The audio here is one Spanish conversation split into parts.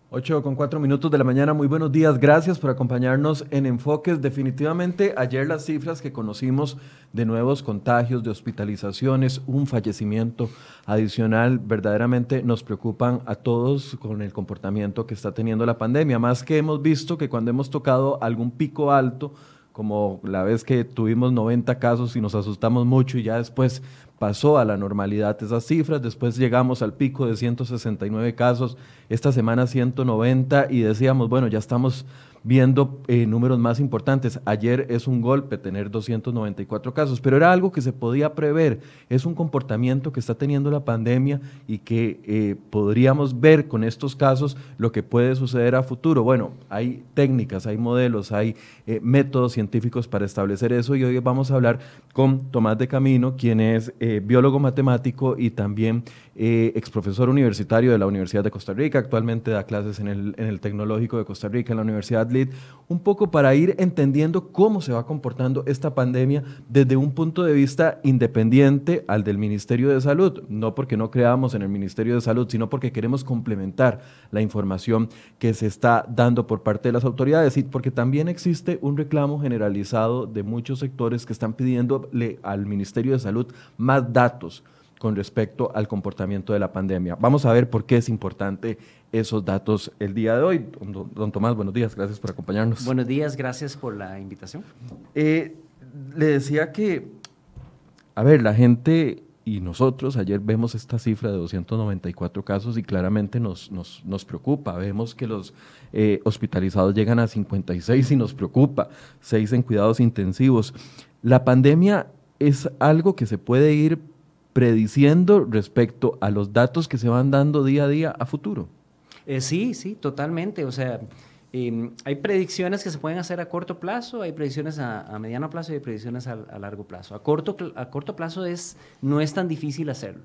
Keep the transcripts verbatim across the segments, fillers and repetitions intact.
Ocho con cuatro minutos de la mañana, muy buenos días, gracias por acompañarnos en Enfoques. Definitivamente ayer las cifras que conocimos de nuevos contagios, de hospitalizaciones, un fallecimiento adicional, verdaderamente nos preocupan a todos con el comportamiento que está teniendo la pandemia, más que hemos visto que cuando hemos tocado algún pico alto, como la vez que tuvimos noventa casos y nos asustamos mucho y ya después pasó a la normalidad esas cifras, después llegamos al pico de ciento sesenta y nueve casos, esta semana ciento noventa y decíamos, bueno, ya estamos viendo eh, números más importantes. Ayer es un golpe tener doscientos noventa y cuatro casos, pero era algo que se podía prever, es un comportamiento que está teniendo la pandemia y que eh, podríamos ver con estos casos lo que puede suceder a futuro. Bueno, hay técnicas, hay modelos, hay eh, métodos científicos para establecer eso y hoy vamos a hablar con Tomás de Camino, quien es eh, biólogo matemático y también eh, exprofesor universitario de la Universidad de Costa Rica, actualmente da clases en el, en el Tecnológico de Costa Rica, en la Universidad L I D, un poco para ir entendiendo cómo se va comportando esta pandemia desde un punto de vista independiente al del Ministerio de Salud, no porque no creamos en el Ministerio de Salud, sino porque queremos complementar la información que se está dando por parte de las autoridades y porque también existe un reclamo generalizado de muchos sectores que están pidiéndole al Ministerio de Salud más datos con respecto al comportamiento de la pandemia. Vamos a ver por qué es importante esos datos el día de hoy. Don, don Tomás, buenos días, gracias por acompañarnos. Buenos días, gracias por la invitación. Eh, le decía que, a ver, la gente y nosotros ayer vemos esta cifra de doscientos noventa y cuatro casos y claramente nos, nos, nos preocupa. Vemos que los eh, hospitalizados llegan a cincuenta y seis y nos preocupa, seis en cuidados intensivos. La pandemia es algo que se puede ir prediciendo respecto a los datos que se van dando día a día a futuro. Eh, sí, sí, totalmente. O sea, eh, hay predicciones que se pueden hacer a corto plazo, hay predicciones a, a mediano plazo y hay predicciones a, a largo plazo. A corto, a corto plazo es, no es tan difícil hacerlo.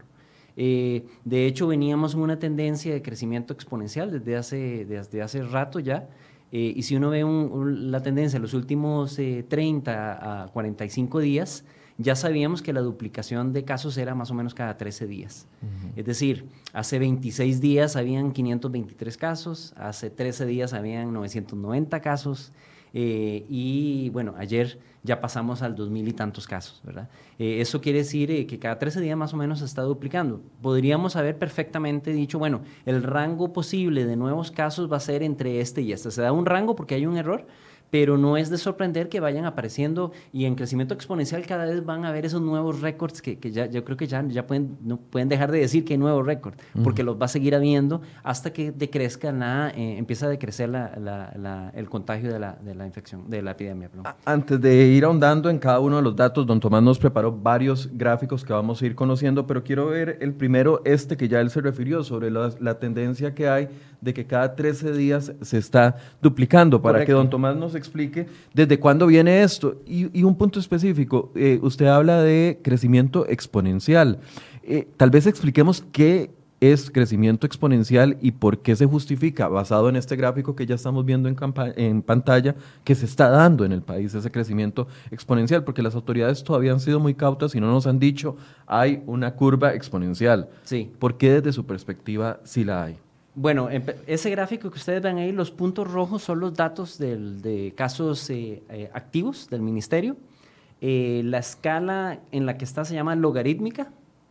Eh, de hecho, veníamos en una tendencia de crecimiento exponencial desde hace, desde hace rato ya. Eh, y si uno ve un, un, la tendencia en los últimos eh, treinta a cuarenta y cinco días, ya sabíamos que la duplicación de casos era más o menos cada trece días. Uh-huh. Es decir, hace veintiséis días habían quinientos veintitrés casos, hace trece días habían novecientos noventa casos, eh, y bueno, ayer ya pasamos al dos mil y tantos casos, ¿verdad? Eh, eso quiere decir eh, que cada trece días más o menos se está duplicando. Podríamos haber perfectamente dicho, bueno, el rango posible de nuevos casos va a ser entre este y este. Se da un rango porque hay un error, pero no es de sorprender que vayan apareciendo y en crecimiento exponencial cada vez van a haber esos nuevos récords que, que ya, yo creo que ya, ya pueden, no pueden dejar de decir que hay nuevos récords, uh-huh. porque los va a seguir habiendo hasta que decrezca la, eh, empieza a decrecer la, la, la, el contagio de la, de la infección, de la epidemia. Perdón. Antes de ir ahondando en cada uno de los datos, don Tomás nos preparó varios gráficos que vamos a ir conociendo, pero quiero ver el primero, este que ya él se refirió, sobre la, la tendencia que hay de que cada trece días se está duplicando, para Correcto. Que don Tomás nos explique desde cuándo viene esto. Y, y un punto específico, eh, usted habla de crecimiento exponencial. Eh, tal vez expliquemos qué es crecimiento exponencial y por qué se justifica, basado en este gráfico que ya estamos viendo en, en pantalla, que se está dando en el país ese crecimiento exponencial, porque las autoridades todavía han sido muy cautas y no nos han dicho hay una curva exponencial. Sí. ¿Por qué desde su perspectiva sí la hay? Bueno, ese gráfico que ustedes ven ahí, los puntos rojos son los datos del, de casos eh, eh, activos del ministerio. Eh, la escala en la que está se llama logarítmica.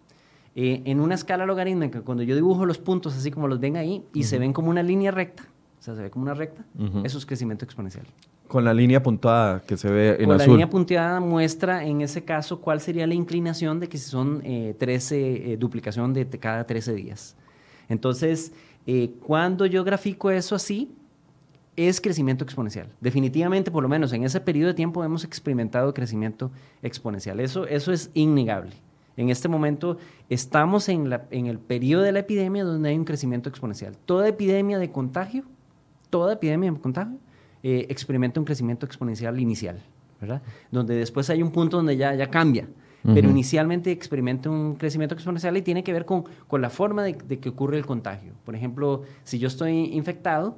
Eh, en una escala logarítmica, cuando yo dibujo los puntos así como los ven ahí y uh-huh. se ven como una línea recta, o sea, se ve como una recta, uh-huh. eso es crecimiento exponencial. Con la línea puntada que se ve en Con azul. La línea punteada muestra en ese caso cuál sería la inclinación de que si son eh, trece, eh, duplicación de cada trece días. Entonces, Eh, cuando yo grafico eso así, es crecimiento exponencial. Definitivamente, por lo menos en ese periodo de tiempo hemos experimentado crecimiento exponencial. Eso, eso es innegable. En este momento estamos en, la, en el periodo de la epidemia donde hay un crecimiento exponencial. Toda epidemia de contagio, toda epidemia de contagio, eh, experimenta un crecimiento exponencial inicial, ¿verdad? Donde después hay un punto donde ya, ya cambia. Pero uh-huh. inicialmente experimenta un crecimiento exponencial y tiene que ver con, con la forma de, de que ocurre el contagio. Por ejemplo, si yo estoy infectado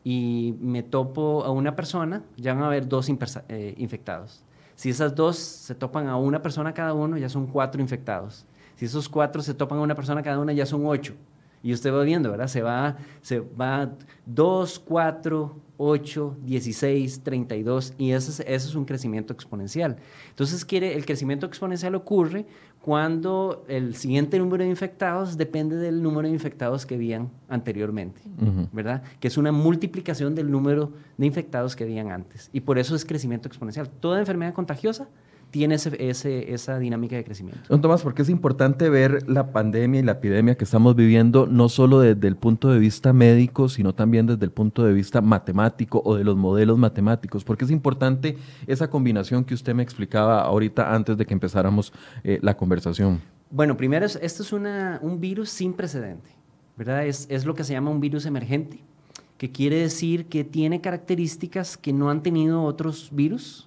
y me topo a una persona, ya van a haber dos impersa, eh, infectados. Si esas dos se topan a una persona cada uno, ya son cuatro infectados. Si esos cuatro se topan a una persona cada una, ya son ocho. Y usted va viendo, ¿verdad? Se va, se va dos, cuatro, ocho, dieciséis, treinta y dos, y ese es, ese es un crecimiento exponencial. Entonces, quiere, el crecimiento exponencial ocurre cuando el siguiente número de infectados depende del número de infectados que habían anteriormente, uh-huh. ¿verdad? Que es una multiplicación del número de infectados que habían antes. Y por eso es crecimiento exponencial. Toda enfermedad contagiosa tiene ese, ese, esa dinámica de crecimiento. Don Tomás, porque es importante ver la pandemia y la epidemia que estamos viviendo, no solo desde el punto de vista médico, sino también desde el punto de vista matemático o de los modelos matemáticos, porque es importante esa combinación que usted me explicaba ahorita antes de que empezáramos eh, la conversación. Bueno, primero, es, esto es una, un virus sin precedente, ¿verdad? Es, es lo que se llama un virus emergente, que quiere decir que tiene características que no han tenido otros virus.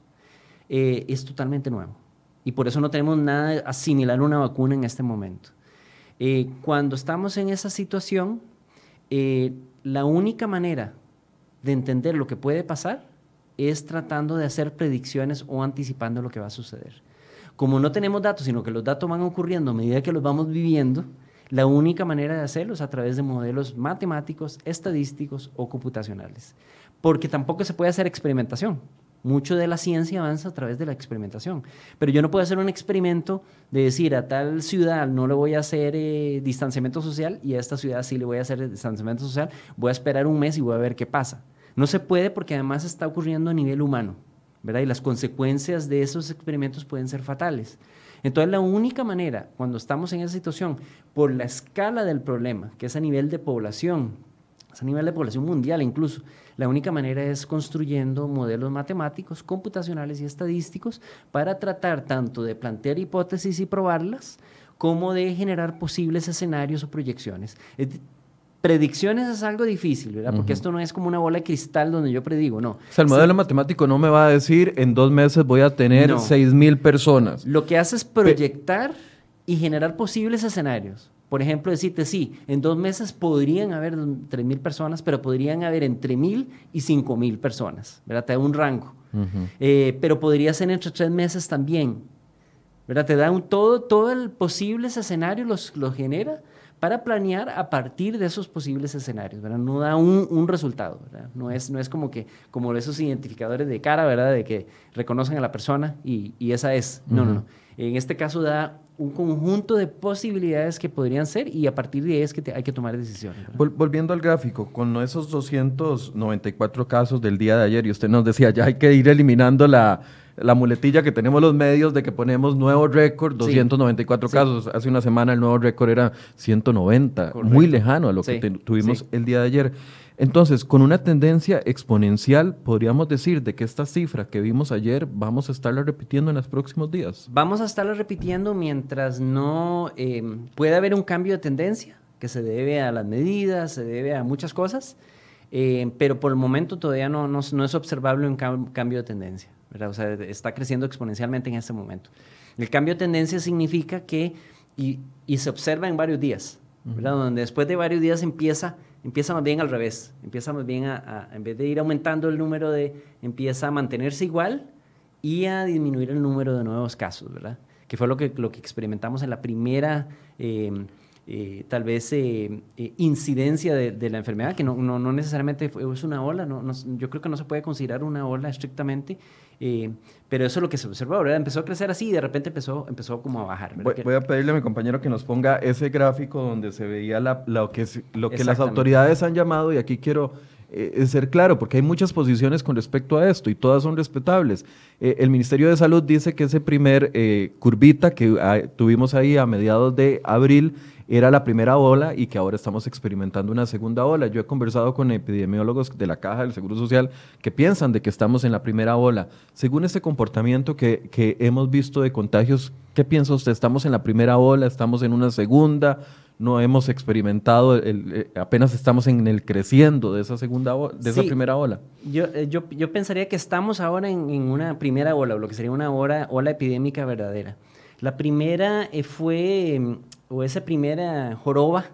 Eh, es totalmente nuevo y por eso no tenemos nada similar a una vacuna en este momento. Eh, cuando estamos en esa situación, eh, la única manera de entender lo que puede pasar es tratando de hacer predicciones o anticipando lo que va a suceder. Como no tenemos datos, sino que los datos van ocurriendo a medida que los vamos viviendo, la única manera de hacerlo es a través de modelos matemáticos, estadísticos o computacionales, porque tampoco se puede hacer experimentación. Mucho de la ciencia avanza a través de la experimentación. Pero yo no puedo hacer un experimento de decir a tal ciudad no le voy a hacer eh, distanciamiento social y a esta ciudad sí le voy a hacer distanciamiento social. Voy a esperar un mes y voy a ver qué pasa. No se puede porque además está ocurriendo a nivel humano, ¿verdad? Y las consecuencias de esos experimentos pueden ser fatales. Entonces, la única manera, cuando estamos en esa situación, por la escala del problema, que es a nivel de población, es a nivel de población mundial incluso, la única manera es construyendo modelos matemáticos, computacionales y estadísticos para tratar tanto de plantear hipótesis y probarlas, como de generar posibles escenarios o proyecciones. Es, predicciones es algo difícil, ¿verdad? Porque uh-huh. esto no es como una bola de cristal donde yo predigo, no. O sea, el modelo sí. matemático no me va a decir en dos meses voy a tener no. seis mil personas. Lo que hace es proyectar Pe- y generar posibles escenarios. Por ejemplo, decirte, sí, en dos meses podrían haber tres mil personas, pero podrían haber entre mil y cinco mil personas, ¿verdad? Te da un rango. Uh-huh. Eh, pero podría ser entre tres meses también, ¿verdad? Te da un, todo, todo el posibles escenarios los, los genera para planear a partir de esos posibles escenarios, ¿verdad? No da un, un resultado, ¿verdad? No es, no es como que como esos identificadores de cara, ¿verdad? De que reconocen a la persona y, y esa es. No, uh-huh. no, no. En este caso da un conjunto de posibilidades que podrían ser y a partir de ahí es que te, hay que tomar decisiones. Vol- volviendo al gráfico, con esos doscientos noventa y cuatro casos del día de ayer, y usted nos decía, ya hay que ir eliminando la, la muletilla que tenemos los medios de que ponemos nuevo récord, doscientos noventa y cuatro sí. casos. Hace una semana el nuevo récord era ciento noventa, correcto. Muy lejano a lo sí. que te, tuvimos sí. el día de ayer. Entonces, con una tendencia exponencial, podríamos decir de que esta cifra que vimos ayer vamos a estarla repitiendo en los próximos días. Vamos a estarla repitiendo mientras no eh, pueda haber un cambio de tendencia, que se debe a las medidas, se debe a muchas cosas, eh, pero por el momento todavía no, no, no es observable un cam- cambio de tendencia, ¿verdad? O sea, está creciendo exponencialmente en este momento. El cambio de tendencia significa que, y, y se observa en varios días, ¿verdad? Uh-huh. Donde después de varios días empieza... Empieza más bien al revés, empieza más bien a, a, en vez de ir aumentando el número de, empieza a mantenerse igual y a disminuir el número de nuevos casos, ¿verdad? Que fue lo que, lo que experimentamos en la primera, eh, eh, tal vez, eh, eh, incidencia de, de la enfermedad, que no, no, no necesariamente fue, es una ola, no, no, yo creo que no se puede considerar una ola estrictamente, eh, pero eso es lo que se observó, ¿verdad? Empezó a crecer así y de repente empezó, empezó como a bajar. Voy, voy a pedirle a mi compañero que nos ponga ese gráfico donde se veía la, lo que, lo que las autoridades han llamado, y aquí quiero eh, ser claro, porque hay muchas posiciones con respecto a esto y todas son respetables. Eh, el Ministerio de Salud dice que ese primer eh, curvita que ah, tuvimos ahí a mediados de abril era la primera ola y que ahora estamos experimentando una segunda ola. Yo he conversado con epidemiólogos de la Caja del Seguro Social que piensan de que estamos en la primera ola. Según este comportamiento que, que hemos visto de contagios, ¿qué piensa usted? ¿Estamos en la primera ola? ¿Estamos en una segunda? No hemos experimentado, el, el, apenas estamos en el creciendo de esa segunda o, de sí, esa primera ola. Yo, yo, yo pensaría que estamos ahora en, en una primera ola, o lo que sería una ola, ola epidémica verdadera. La primera eh, fue, o esa primera joroba,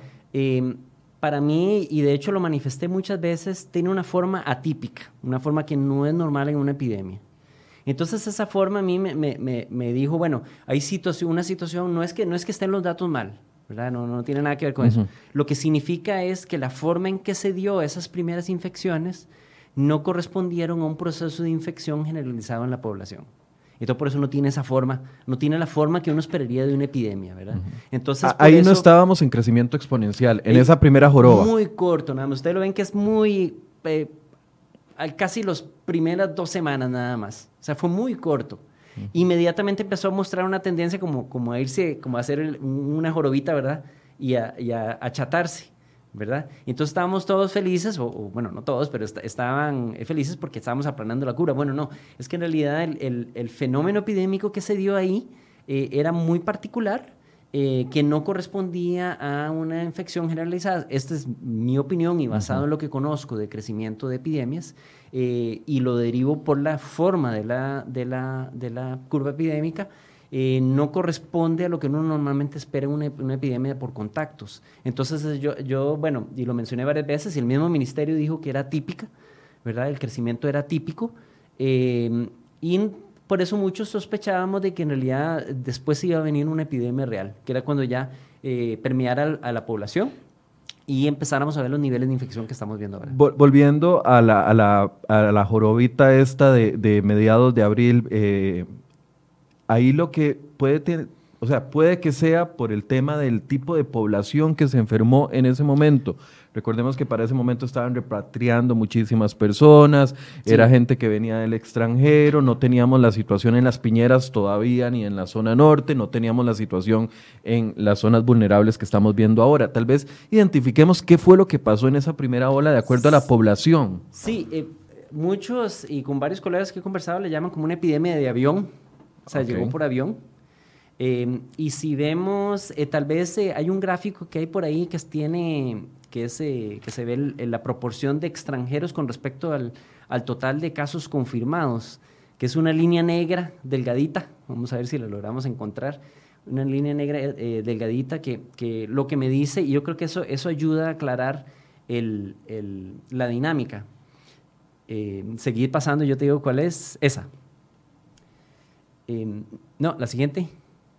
eh, para mí, y de hecho lo manifesté muchas veces, tiene una forma atípica, una forma que no es normal en una epidemia. Entonces esa forma a mí me, me, me, me dijo, bueno, hay situación, una situación, no es, que, no es que estén los datos mal, ¿verdad? No, no tiene nada que ver con uh-huh. eso. Lo que significa es que la forma en que se dio esas primeras infecciones no correspondieron a un proceso de infección generalizado en la población. Entonces, por eso no tiene esa forma, no tiene la forma que uno esperaría de una epidemia, ¿verdad? Uh-huh. Entonces, Ahí eso, no estábamos en crecimiento exponencial, en eh, esa primera joroba. Muy corto, nada más. Ustedes lo ven que es muy... Eh, casi las primeras dos semanas nada más. O sea, fue muy corto. Uh-huh. Inmediatamente empezó a mostrar una tendencia como, como a irse, como a hacer el, una jorobita, ¿verdad? Y a, y a achatarse, ¿verdad? Entonces estábamos todos felices, o, o bueno, no todos, pero est- estaban felices porque estábamos aplanando la curva. Bueno, no, es que en realidad el, el, el fenómeno epidémico que se dio ahí eh, era muy particular, eh, que no correspondía a una infección generalizada. Esta es mi opinión y basado uh-huh. en lo que conozco de crecimiento de epidemias, eh, y lo derivo por la forma de la, de la, de la curva epidémica. Eh, no corresponde a lo que uno normalmente espera en una, una epidemia por contactos. Entonces yo, yo, bueno, y lo mencioné varias veces, y el mismo ministerio dijo que era típica, ¿verdad? El crecimiento era típico, eh, y por eso muchos sospechábamos de que en realidad después iba a venir una epidemia real, que era cuando ya eh, permeara a la población y empezáramos a ver los niveles de infección que estamos viendo ahora. Volviendo a la, a la, a la jorobita esta de, de mediados de abril, eh, ahí lo que puede tener, o sea, puede que sea por el tema del tipo de población que se enfermó en ese momento. Recordemos que para ese momento estaban repatriando muchísimas personas, sí. Era gente que venía del extranjero, no teníamos la situación en las Piñeras todavía ni en la zona norte, no teníamos la situación en las zonas vulnerables que estamos viendo ahora. Tal vez identifiquemos qué fue lo que pasó en esa primera ola de acuerdo a la población. Sí, eh, muchos y con varios colegas que he conversado le llaman como una epidemia de avión. O sea, okay. Llegó por avión. Eh, y si vemos, eh, tal vez eh, hay un gráfico que hay por ahí que tiene, que, es, eh, que se ve el, el, la proporción de extranjeros con respecto al, al total de casos confirmados, que es una línea negra delgadita. Vamos a ver si la logramos encontrar. Una línea negra eh, delgadita que, que lo que me dice, y yo creo que eso, eso ayuda a aclarar el, el, la dinámica. Eh, seguir pasando, yo te digo cuál es, esa. Eh, no, la siguiente.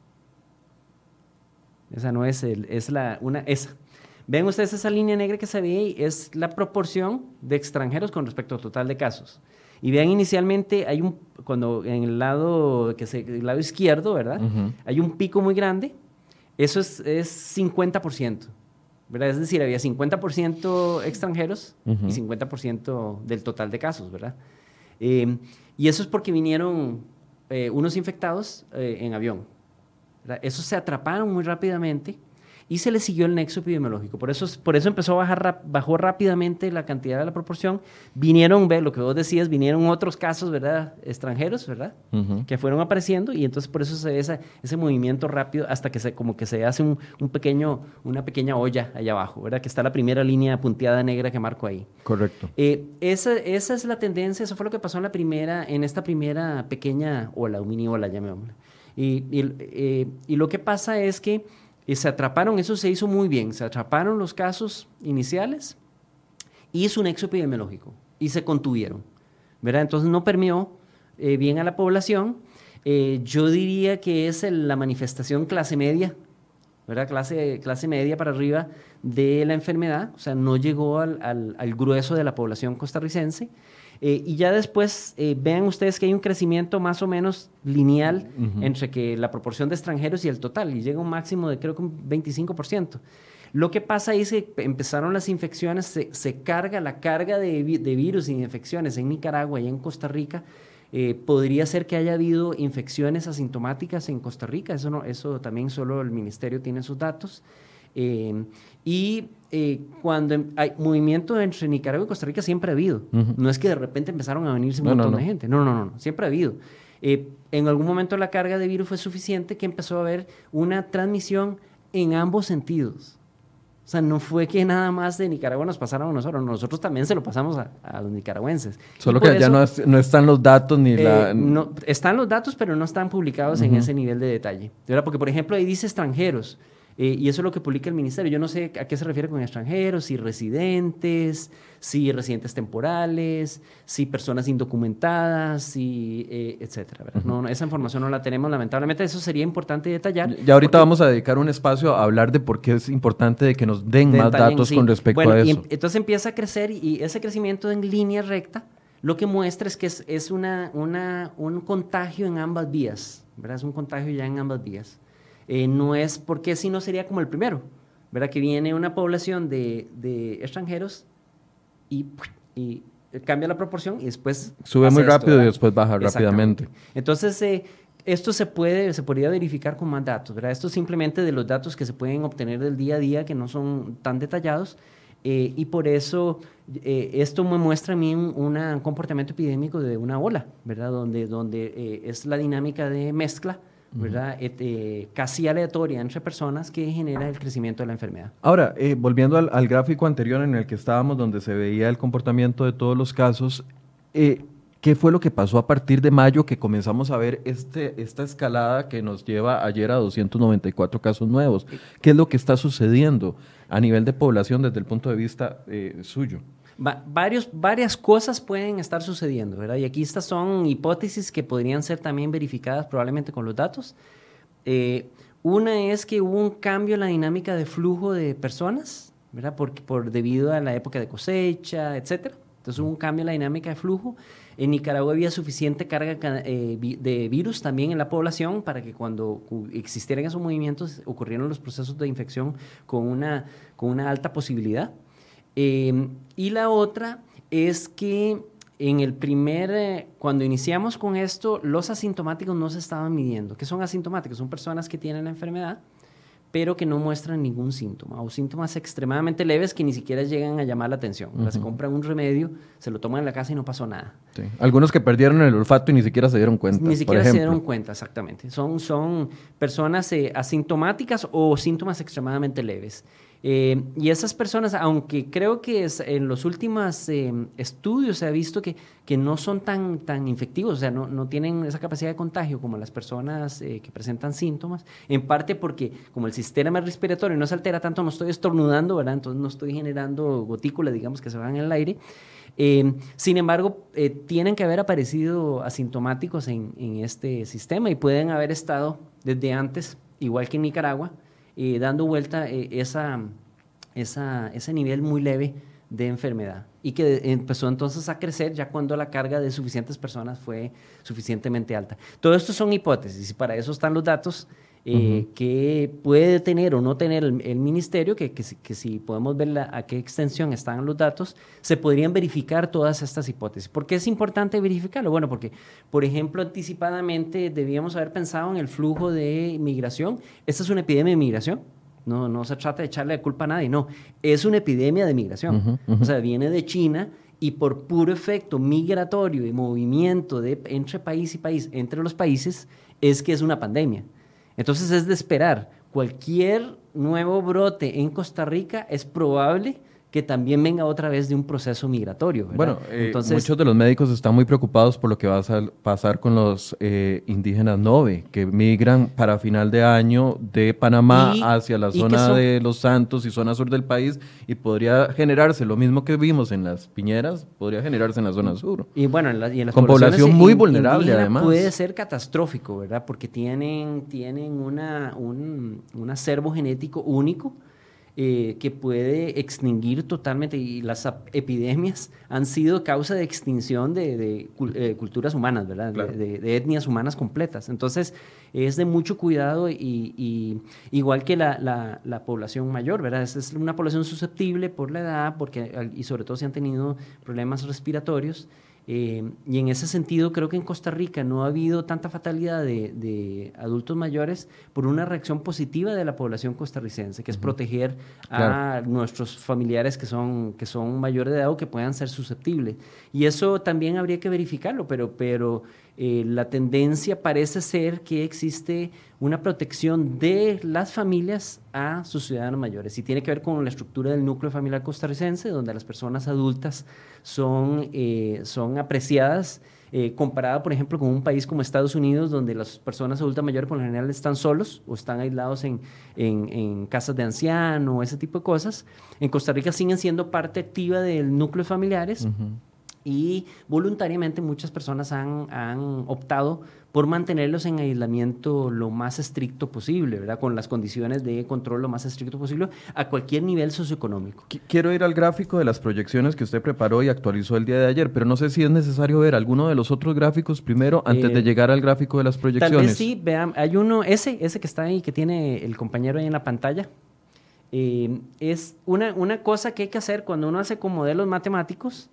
Esa no es, el, es la, una, esa. Ven ustedes esa línea negra que se ve ahí, es la proporción de extranjeros con respecto al total de casos. Y vean inicialmente, hay un, cuando en el lado, que se, el lado izquierdo, ¿verdad? Uh-huh. Hay un pico muy grande, eso es, es cincuenta por ciento, ¿verdad? Es decir, había cincuenta por ciento extranjeros uh-huh. y cincuenta por ciento del total de casos, ¿verdad? Eh, y eso es porque vinieron eh, unos infectados eh, en avión. Esos se atraparon muy rápidamente y se les siguió el nexo epidemiológico. Por eso, por eso empezó a bajar, bajó rápidamente la cantidad de la proporción. Vinieron, ve, lo que vos decías, vinieron otros casos, ¿verdad? Extranjeros, ¿verdad? Uh-huh. Que fueron apareciendo y entonces por eso se ve esa, ese movimiento rápido hasta que se, como que se hace un, un pequeño, una pequeña olla allá abajo, ¿verdad? Que está la primera línea punteada negra que marco ahí. Correcto. Eh, esa, esa es la tendencia, eso fue lo que pasó en la primera, en esta primera pequeña ola, un mini ola, llamémosla. Y, y, eh, y lo que pasa es que eh, se atraparon, eso se hizo muy bien, se atraparon los casos iniciales y hizo un nexo epidemiológico y se contuvieron, ¿verdad? Entonces no permeó eh, bien a la población. Eh, yo diría que es el, la manifestación clase media, ¿verdad? Clase, clase media para arriba de la enfermedad, o sea, no llegó al, al, al grueso de la población costarricense. Eh, y ya después, eh, vean ustedes que hay un crecimiento más o menos lineal uh-huh. entre que la proporción de extranjeros y el total, y llega a un máximo de creo que un veinticinco por ciento. Lo que pasa ahí es que empezaron las infecciones, se, se carga la carga de, de virus y de infecciones en Nicaragua y en Costa Rica. Eh, podría ser que haya habido infecciones asintomáticas en Costa Rica, eso, no, eso también solo el ministerio tiene sus datos. Eh, y eh, cuando hay movimiento entre Nicaragua y Costa Rica siempre ha habido. Uh-huh. No es que de repente empezaron a venirse un no, montón no, no. de gente. No, no, no, no, siempre ha habido. Eh, en algún momento la carga de virus fue suficiente que empezó a haber una transmisión en ambos sentidos. O sea, no fue que nada más de Nicaragua nos pasaron a nosotros, nosotros también se lo pasamos a, a los nicaragüenses. Solo que ya no, es, no están los datos ni eh, la... No, están los datos, pero no están publicados uh-huh. en ese nivel de detalle. ¿Verdad? Porque, por ejemplo, ahí dice extranjeros. Eh, y eso es lo que publica el ministerio. Yo no sé a qué se refiere con extranjeros, si residentes, si residentes temporales, si personas indocumentadas, si, eh, etcétera. ¿verdad? Uh-huh. No, no, esa información no la tenemos, lamentablemente. Eso sería importante detallar. Ya ahorita porque, vamos a dedicar un espacio a hablar de por qué es importante de que nos den más datos sí. con respecto bueno, a eso. Y, entonces empieza a crecer y ese crecimiento en línea recta lo que muestra es que es, es una, una, un contagio en ambas vías, ¿verdad? Es un contagio ya en ambas vías. Eh, no es porque si no sería como el primero, ¿verdad? Que viene una población de, de extranjeros y, y cambia la proporción y después sube muy rápido esto, y después baja rápidamente. Entonces, eh, esto se puede, se podría verificar con más datos, ¿verdad? Esto simplemente de los datos que se pueden obtener del día a día, que no son tan detallados, eh, y por eso eh, esto me muestra a mí un, una, un comportamiento epidémico de una ola, ¿verdad? Donde, donde eh, es la dinámica de mezcla, ¿verdad? Uh-huh. eh, casi aleatoria entre personas que genera el crecimiento de la enfermedad. Ahora, eh, volviendo al, al gráfico anterior en el que estábamos, donde se veía el comportamiento de todos los casos, eh, ¿qué fue lo que pasó a partir de mayo que comenzamos a ver este, esta escalada que nos lleva ayer a doscientos noventa y cuatro casos nuevos? ¿Qué es lo que está sucediendo a nivel de población desde el punto de vista eh, suyo? Va, varios, varias cosas pueden estar sucediendo, ¿verdad? Y aquí estas son hipótesis que podrían ser también verificadas probablemente con los datos. Eh, una es que hubo un cambio en la dinámica de flujo de personas, ¿verdad? Por, por, debido a la época de cosecha, etcétera. Entonces hubo un cambio en la dinámica de flujo. En Nicaragua había suficiente carga eh, de virus también en la población para que cuando existieran esos movimientos ocurrieran los procesos de infección con una, con una alta posibilidad. Eh, y la otra es que en el primer, eh, cuando iniciamos con esto, los asintomáticos no se estaban midiendo. ¿Qué son asintomáticos? Son personas que tienen la enfermedad, pero que no muestran ningún síntoma, o síntomas extremadamente leves que ni siquiera llegan a llamar la atención. Uh-huh. Se compran un remedio, se lo toman en la casa y no pasó nada. Sí. Algunos que perdieron el olfato y ni siquiera se dieron cuenta. Ni siquiera se dieron cuenta, exactamente. Son, son personas eh, asintomáticas o síntomas extremadamente leves. Eh, y esas personas, aunque creo que es, en los últimos eh, estudios se ha visto que, que no son tan, tan infectivos, o sea, no, no tienen esa capacidad de contagio como las personas eh, que presentan síntomas, en parte porque como el sistema respiratorio no se altera tanto, no estoy estornudando, ¿verdad? Entonces no estoy generando gotículas, digamos, que se van en el aire. Eh, sin embargo, eh, tienen que haber aparecido asintomáticos en, en este sistema y pueden haber estado desde antes, igual que en Nicaragua, Eh, dando vuelta eh, esa, esa, ese nivel muy leve de enfermedad y que empezó entonces a crecer ya cuando la carga de suficientes personas fue suficientemente alta. Todo esto son hipótesis y para eso están los datos eh, uh-huh. que puede tener o no tener el, el ministerio, que, que, que si podemos ver la, a qué extensión están los datos, se podrían verificar todas estas hipótesis. ¿Por qué es importante verificarlo? Bueno, porque, por ejemplo, anticipadamente debíamos haber pensado en el flujo de migración. Esta es una epidemia de migración. No, no se trata de echarle la culpa a nadie, no. Es una epidemia de migración. Uh-huh, uh-huh. O sea, viene de China y por puro efecto migratorio y movimiento de, entre país y país, entre los países, es que es una pandemia. Entonces es de esperar. Cualquier nuevo brote en Costa Rica es probable que también venga otra vez de un proceso migratorio, ¿verdad? Bueno, eh, Entonces, muchos de los médicos están muy preocupados por lo que va a pasar con los eh, indígenas Nove, que migran para final de año de Panamá y, hacia la zona son, de Los Santos y zona sur del país, y podría generarse lo mismo que vimos en las Piñeras, podría generarse en la zona sur. Y bueno, en la, y en las con población muy in, vulnerable además. Puede ser catastrófico, ¿verdad? Porque tienen, tienen una, un, un acervo genético único, Eh, que puede extinguir totalmente, y las epidemias han sido causa de extinción de, de eh, culturas humanas, ¿verdad? Claro. De, de, de etnias humanas completas. Entonces, es de mucho cuidado, y, y igual que la, la, la población mayor, ¿verdad? Es, es una población susceptible por la edad, porque, y sobre todo si han tenido problemas respiratorios. Eh, y en ese sentido creo que en Costa Rica no ha habido tanta fatalidad de, de adultos mayores por una reacción positiva de la población costarricense, que es proteger claro. a nuestros familiares que son, que son mayores de edad o que puedan ser susceptibles. Y eso también habría que verificarlo, pero, pero eh, la tendencia parece ser que existe una protección de las familias a sus ciudadanos mayores, y tiene que ver con la estructura del núcleo familiar costarricense, donde las personas adultas son, eh, son apreciadas eh, comparada, por ejemplo, con un país como Estados Unidos, donde las personas adultas mayores por lo general están solos o están aislados en, en, en casas de ancianos, ese tipo de cosas. En Costa Rica siguen siendo parte activa del núcleo de familiares. Uh-huh. Y voluntariamente muchas personas han, han optado por mantenerlos en aislamiento lo más estricto posible, ¿verdad? Con las condiciones de control lo más estricto posible a cualquier nivel socioeconómico. Quiero ir al gráfico de las proyecciones que usted preparó y actualizó el día de ayer, pero no sé si es necesario ver alguno de los otros gráficos primero antes eh, de llegar al gráfico de las proyecciones. Tal vez sí, vean, hay uno, ese, ese que está ahí, que tiene el compañero ahí en la pantalla. Eh, es una, una cosa que hay que hacer cuando uno hace con modelos matemáticos,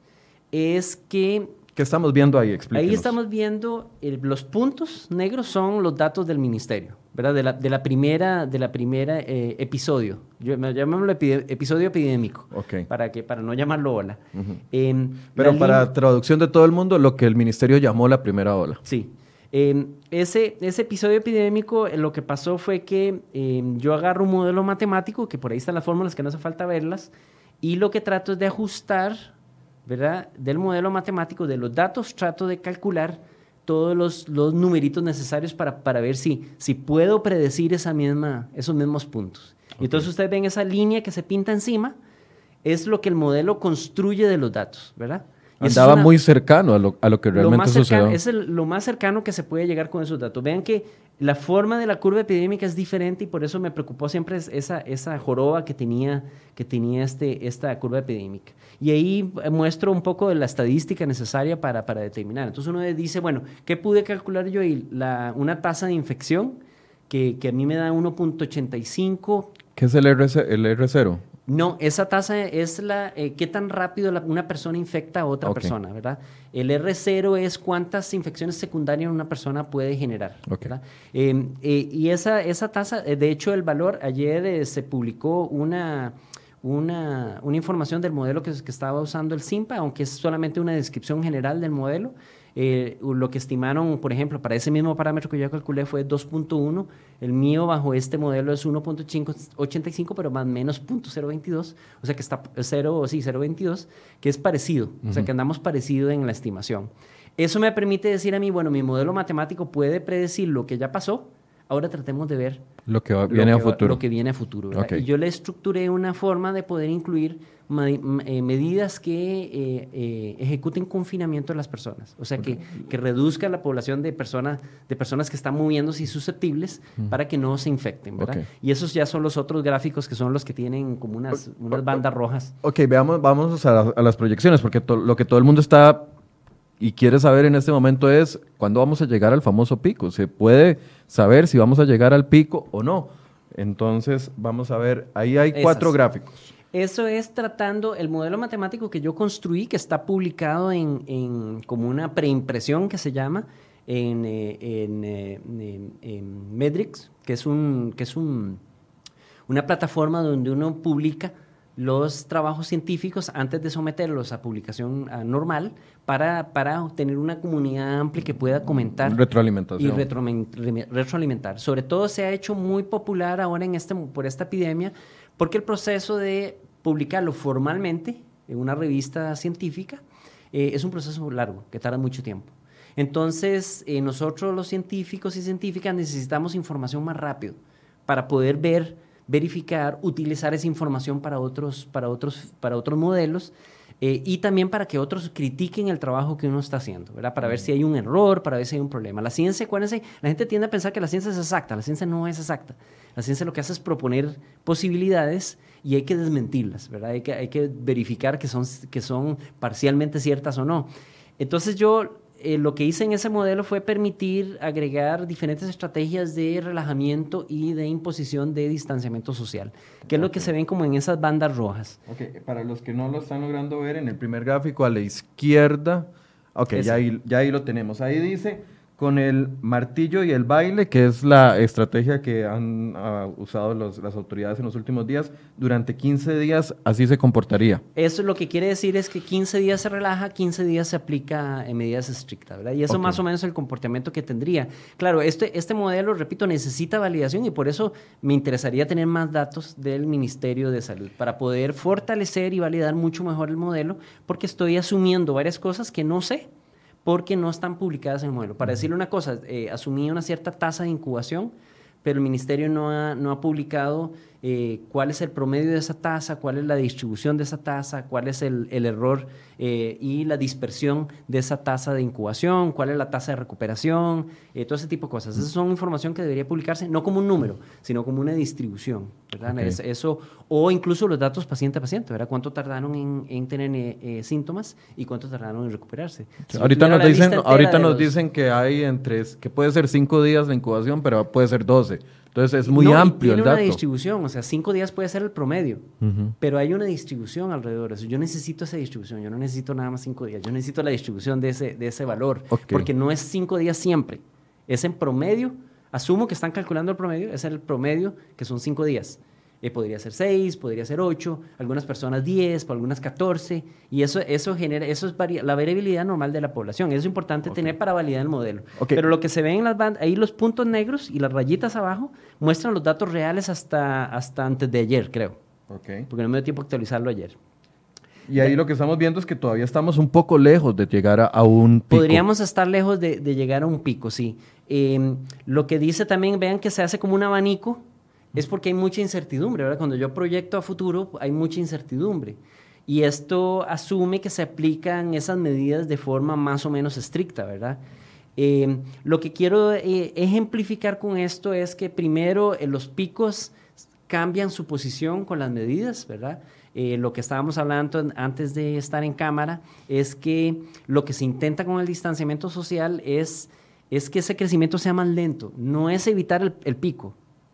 es que... ¿Qué estamos viendo ahí? Explíquenos. Ahí estamos viendo el, los puntos negros son los datos del ministerio, ¿verdad? De la, de la primera, de la primera eh, episodio. Yo, llamémoslo epide, episodio epidémico, okay. para, que, para no llamarlo ola. Uh-huh. eh, Pero para línea, traducción de todo el mundo, lo que el ministerio llamó la primera ola. Sí. Eh, ese, ese episodio epidémico, eh, lo que pasó fue que eh, yo agarro un modelo matemático, que por ahí están las fórmulas que no hace falta verlas, y lo que trato es de ajustar, ¿verdad? Del modelo matemático, de los datos, trato de calcular todos los, los numeritos necesarios para, para ver si, si puedo predecir esa misma, esos mismos puntos. Okay. Entonces ustedes ven esa línea que se pinta encima, es lo que el modelo construye de los datos, ¿verdad? Y Andaba una, muy cercano a lo, a lo que realmente lo más cercano, sucedió. Es el, lo más cercano que se puede llegar con esos datos. Vean que la forma de la curva epidémica es diferente y por eso me preocupó siempre esa, esa joroba que tenía, que tenía este, esta curva epidémica. Y ahí muestro un poco de la estadística necesaria para, para determinar. Entonces uno dice, bueno, ¿qué pude calcular yo ahí? La, una tasa de infección que, que a mí me da uno punto ochenta y cinco. ¿Qué es el R cero? No, esa tasa es la eh, qué tan rápido la, una persona infecta a otra okay. persona, ¿verdad? El R cero es cuántas infecciones secundarias una persona puede generar, okay. ¿verdad? Eh, eh, y esa, esa tasa, eh, de hecho el valor, ayer eh, se publicó una, una, una información del modelo que, que estaba usando el CIMPA, aunque es solamente una descripción general del modelo. Eh, lo que estimaron, por ejemplo, para ese mismo parámetro que yo calculé fue dos punto uno, el mío bajo este modelo es uno punto ochenta y cinco, pero más o menos punto cero veintidós, o sea que está cero, sí, cero veintidós, que es parecido, uh-huh. o sea que andamos parecido en la estimación. Eso me permite decir a mí, bueno, mi modelo matemático puede predecir lo que ya pasó, ahora tratemos de ver lo que va, viene, lo a que futuro. Va, lo que viene a futuro. Okay. Y yo le estructuré una forma de poder incluir eh, medidas que eh, eh, ejecuten confinamiento de las personas, o sea, okay. que, que reduzca la población de personas, de personas que están moviéndose y susceptibles uh-huh. para que no se infecten, ¿verdad? Okay. Y esos ya son los otros gráficos que son los que tienen como unas, okay. unas bandas rojas. Ok, veamos, vamos a, la, a las proyecciones, porque to, lo que todo el mundo está y quiere saber en este momento es cuándo vamos a llegar al famoso pico. ¿Se puede saber si vamos a llegar al pico o no? Entonces, vamos a ver, ahí hay Esas. cuatro gráficos. Eso es tratando el modelo matemático que yo construí, que está publicado en, en como una preimpresión que se llama en, en, en, en Medrix, que es, un, que es un, una plataforma donde uno publica los trabajos científicos antes de someterlos a publicación a normal para, para obtener una comunidad amplia que pueda comentar retroalimentación. y retro, retroalimentar. Sobre todo se ha hecho muy popular ahora en este, por esta epidemia porque el proceso de publicarlo formalmente en una revista científica eh, es un proceso largo, que tarda mucho tiempo. Entonces, eh, nosotros los científicos y científicas necesitamos información más rápido para poder ver, verificar, utilizar esa información para otros, para otros, para otros modelos eh, y también para que otros critiquen el trabajo que uno está haciendo, ¿verdad? Para ver si hay un error, para ver si hay un problema. La ciencia, acuérdense, la gente tiende a pensar que la ciencia es exacta, la ciencia no es exacta. La ciencia lo que hace es proponer posibilidades y hay que desmentirlas, ¿verdad? Hay que, hay que verificar que son, que son parcialmente ciertas o no. Entonces yo eh, lo que hice en ese modelo fue permitir agregar diferentes estrategias de relajamiento y de imposición de distanciamiento social, que es okay. lo que se ven como en esas bandas rojas. Okay. Para los que no lo están logrando ver, en el primer gráfico a la izquierda, ok, ya ahí, ya ahí lo tenemos. Ahí dice, con el martillo y el baile, que es la estrategia que han uh, usado los, las autoridades en los últimos días, durante quince días así se comportaría. Eso lo que quiere decir es que quince días se relaja, quince días se aplica en medidas estrictas, ¿verdad? Y eso okay. más o menos es el comportamiento que tendría. Claro, este, este modelo, repito, necesita validación y por eso me interesaría tener más datos del Ministerio de Salud para poder fortalecer y validar mucho mejor el modelo, porque estoy asumiendo varias cosas que no sé, porque no están publicadas en el modelo. Para decirle una cosa, eh, asumí una cierta tasa de incubación, pero el ministerio no ha, no ha publicado eh, cuál es el promedio de esa tasa, cuál es la distribución de esa tasa, cuál es el, el error eh, y la dispersión de esa tasa de incubación, cuál es la tasa de recuperación, eh, todo ese tipo de cosas. Esa son información que debería publicarse no como un número, sino como una distribución, ¿verdad? Okay. Es, eso, o incluso los datos paciente a paciente, ¿verdad? Cuánto tardaron en, en tener eh, eh, síntomas y cuánto tardaron en recuperarse. Si ahorita nos, dicen, ahorita nos los... dicen que hay entre, que puede ser cinco días la incubación, pero puede ser doce. Entonces es muy no, amplio el dato. Tiene una distribución, o sea, cinco días puede ser el promedio, uh-huh. pero hay una distribución alrededor de eso. Yo necesito esa distribución, yo no necesito nada más cinco días, yo necesito la distribución de ese, de ese valor, okay. porque no es cinco días siempre, es en promedio. Asumo que están calculando el promedio, es el promedio que son cinco días. Eh, podría ser seis, podría ser ocho, algunas personas diez, algunas catorce, y eso, eso genera, eso es vari- la variabilidad normal de la población. Eso es importante okay. tener para validar el modelo. Okay. Pero lo que se ve en las bandas, ahí los puntos negros y las rayitas abajo muestran los datos reales hasta, hasta antes de ayer, creo. Okay. Porque no me dio tiempo de actualizarlo ayer. Y ahí de, lo que estamos viendo es que todavía estamos un poco lejos de llegar a, a un pico. Podríamos estar lejos de, de llegar a un pico, sí. Eh, lo que dice también, vean que se hace como un abanico, es porque hay mucha incertidumbre, ¿verdad? Cuando yo proyecto a futuro, hay mucha incertidumbre. Y esto asume que se aplican esas medidas de forma más o menos estricta, ¿verdad? Eh, lo que quiero eh, ejemplificar con esto es que primero eh, los picos cambian su posición con las medidas, ¿verdad? Eh, lo que estábamos hablando antes de estar en cámara es que lo que se intenta con el distanciamiento social es, es que ese crecimiento sea más lento, no es evitar el, el pico,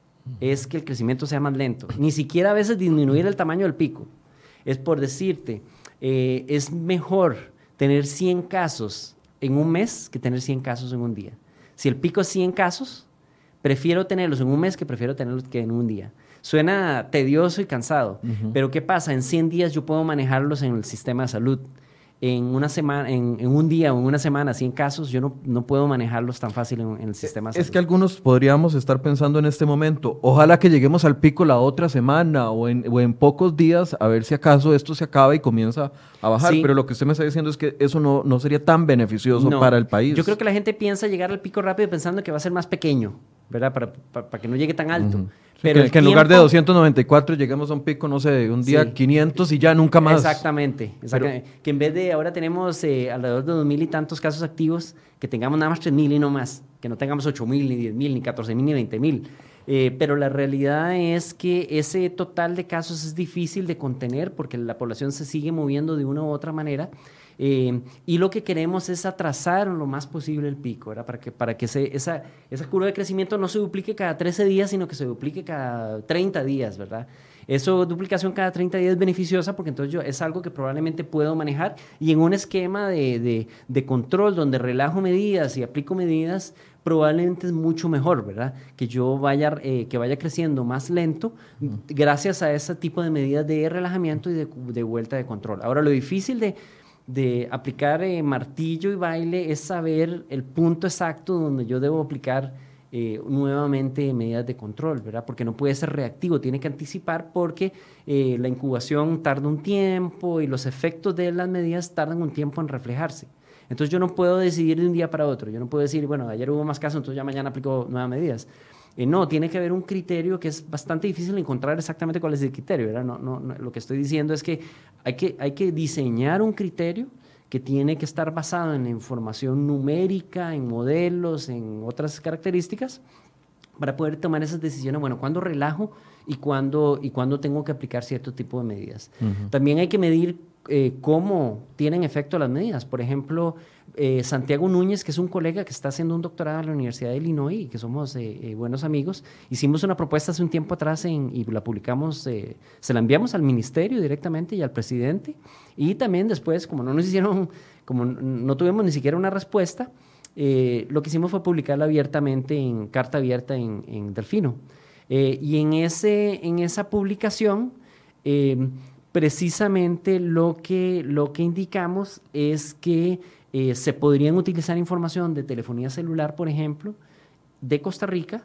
es que el crecimiento sea más lento. Ni siquiera a veces disminuir el tamaño del pico. Es por decirte, eh, es mejor tener cien casos en un mes que tener cien casos en un día. Si el pico es cien casos, prefiero tenerlos en un mes que prefiero tenerlos que en un día. Suena tedioso y cansado, uh-huh. pero ¿qué pasa? En cien días yo puedo manejarlos en el sistema de salud. En una semana, en, en un día o en una semana, cien casos, yo no, no puedo manejarlos tan fácil en, en el sistema de salud. Es que algunos podríamos estar pensando en este momento, ojalá que lleguemos al pico la otra semana o en, o en pocos días, a ver si acaso esto se acaba y comienza a bajar. Sí. Pero lo que usted me está diciendo es que eso no, no sería tan beneficioso no. para el país. Yo creo que la gente piensa llegar al pico rápido pensando que va a ser más pequeño, ¿verdad? Para, para, para que no llegue tan alto. Uh-huh. Pero que, que en lugar de doscientos noventa y cuatro lleguemos a un pico, no sé, un día sí. quinientos y ya nunca más. Exactamente. exactamente. Pero, que en vez de ahora tenemos eh, alrededor de dos mil y tantos casos activos, que tengamos nada más tres mil y no más. Que no tengamos ocho mil, ni diez mil, ni catorce mil, ni veinte mil. Eh, pero la realidad es que ese total de casos es difícil de contener porque la población se sigue moviendo de una u otra manera. Eh, y lo que queremos es atrasar lo más posible el pico, ¿verdad? Para que, para que se, esa, esa curva de crecimiento no se duplique cada trece días, sino que se duplique cada treinta días, ¿verdad? Eso, duplicación cada treinta días es beneficiosa porque entonces yo, es algo que probablemente puedo manejar y en un esquema de, de, de control donde relajo medidas y aplico medidas, probablemente es mucho mejor, ¿verdad? Que yo vaya, eh, que vaya creciendo más lento uh-huh. gracias a ese tipo de medidas de relajamiento y de, de vuelta de control. Ahora, lo difícil de de aplicar eh, martillo y baile es saber el punto exacto donde yo debo aplicar eh, nuevamente medidas de control, ¿verdad? Porque no puede ser reactivo, tiene que anticipar porque eh, la incubación tarda un tiempo y los efectos de las medidas tardan un tiempo en reflejarse. Entonces yo no puedo decidir de un día para otro, yo no puedo decir, bueno, ayer hubo más casos, entonces ya mañana aplico nuevas medidas. Eh, no, tiene que haber un criterio que es bastante difícil encontrar exactamente cuál es el criterio, ¿verdad? No, no, no, lo que estoy diciendo es que hay, que hay que diseñar un criterio que tiene que estar basado en información numérica, en modelos, en otras características, para poder tomar esas decisiones, bueno, cuándo relajo y cuándo, y cuándo tengo que aplicar cierto tipo de medidas. Uh-huh. También hay que medir eh, cómo tienen efecto las medidas. Por ejemplo, eh, Santiago Núñez, que es un colega que está haciendo un doctorado en la Universidad de Illinois, y que somos eh, eh, buenos amigos, hicimos una propuesta hace un tiempo atrás en, y la publicamos, eh, se la enviamos al ministerio directamente y al presidente, y también después, como no nos hicieron, como no tuvimos ni siquiera una respuesta, eh, lo que hicimos fue publicarla abiertamente en carta abierta en, en Delfino. Eh, y en, ese, en esa publicación, eh, precisamente lo que, lo que indicamos es que eh, se podrían utilizar información de telefonía celular, por ejemplo, de Costa Rica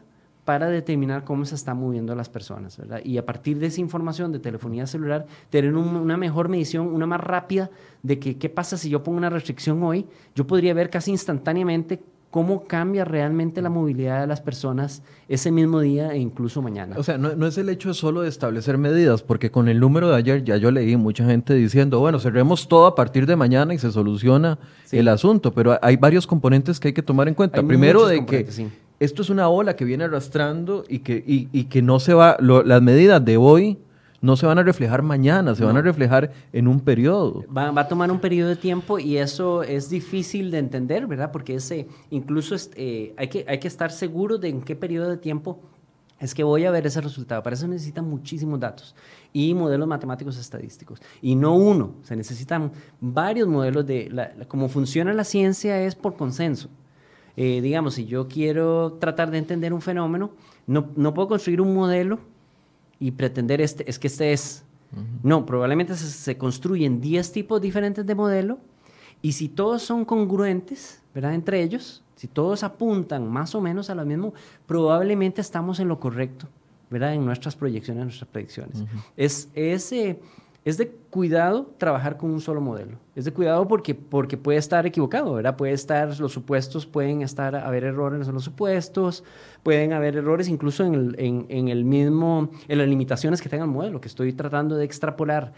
para determinar cómo se están moviendo las personas, ¿verdad? Y a partir de esa información de telefonía celular, tener un, una mejor medición, una más rápida de que qué pasa si yo pongo una restricción hoy, yo podría ver casi instantáneamente cómo cambia realmente la movilidad de las personas ese mismo día e incluso mañana. O sea, no, no es el hecho solo de establecer medidas, porque con el número de ayer ya yo leí mucha gente diciendo, bueno, cerremos todo a partir de mañana y se soluciona sí. el asunto, pero hay varios componentes que hay que tomar en cuenta. Hay Primero de que sí. esto es una ola que viene arrastrando y que, y, y que no se va, lo, las medidas de hoy no se van a reflejar mañana, se no. van a reflejar en un periodo. Va, va a tomar un periodo de tiempo y eso es difícil de entender, ¿verdad? Porque ese, incluso es, eh, hay, que, hay que estar seguro de en qué periodo de tiempo es que voy a ver ese resultado. Para eso necesitan muchísimos datos y modelos matemáticos estadísticos. Y no uno, se necesitan varios modelos de... La, la, como funciona la ciencia es por consenso. Eh, digamos, si yo quiero tratar de entender un fenómeno, no, no puedo construir un modelo y pretender este, es que este es. Uh-huh. No, probablemente se, se construyen diez tipos diferentes de modelo y si todos son congruentes, ¿verdad? Entre ellos, si todos apuntan más o menos a lo mismo, probablemente estamos en lo correcto, ¿verdad? En nuestras proyecciones, en nuestras predicciones. Uh-huh. Es, es, eh, es de cuidado trabajar con un solo modelo. Es de cuidado porque, porque puede estar equivocado, ¿verdad? Puede estar, los supuestos pueden estar, haber errores en los supuestos, pueden haber errores incluso en el, en, en el mismo, en las limitaciones que tenga el modelo, que estoy tratando de extrapolar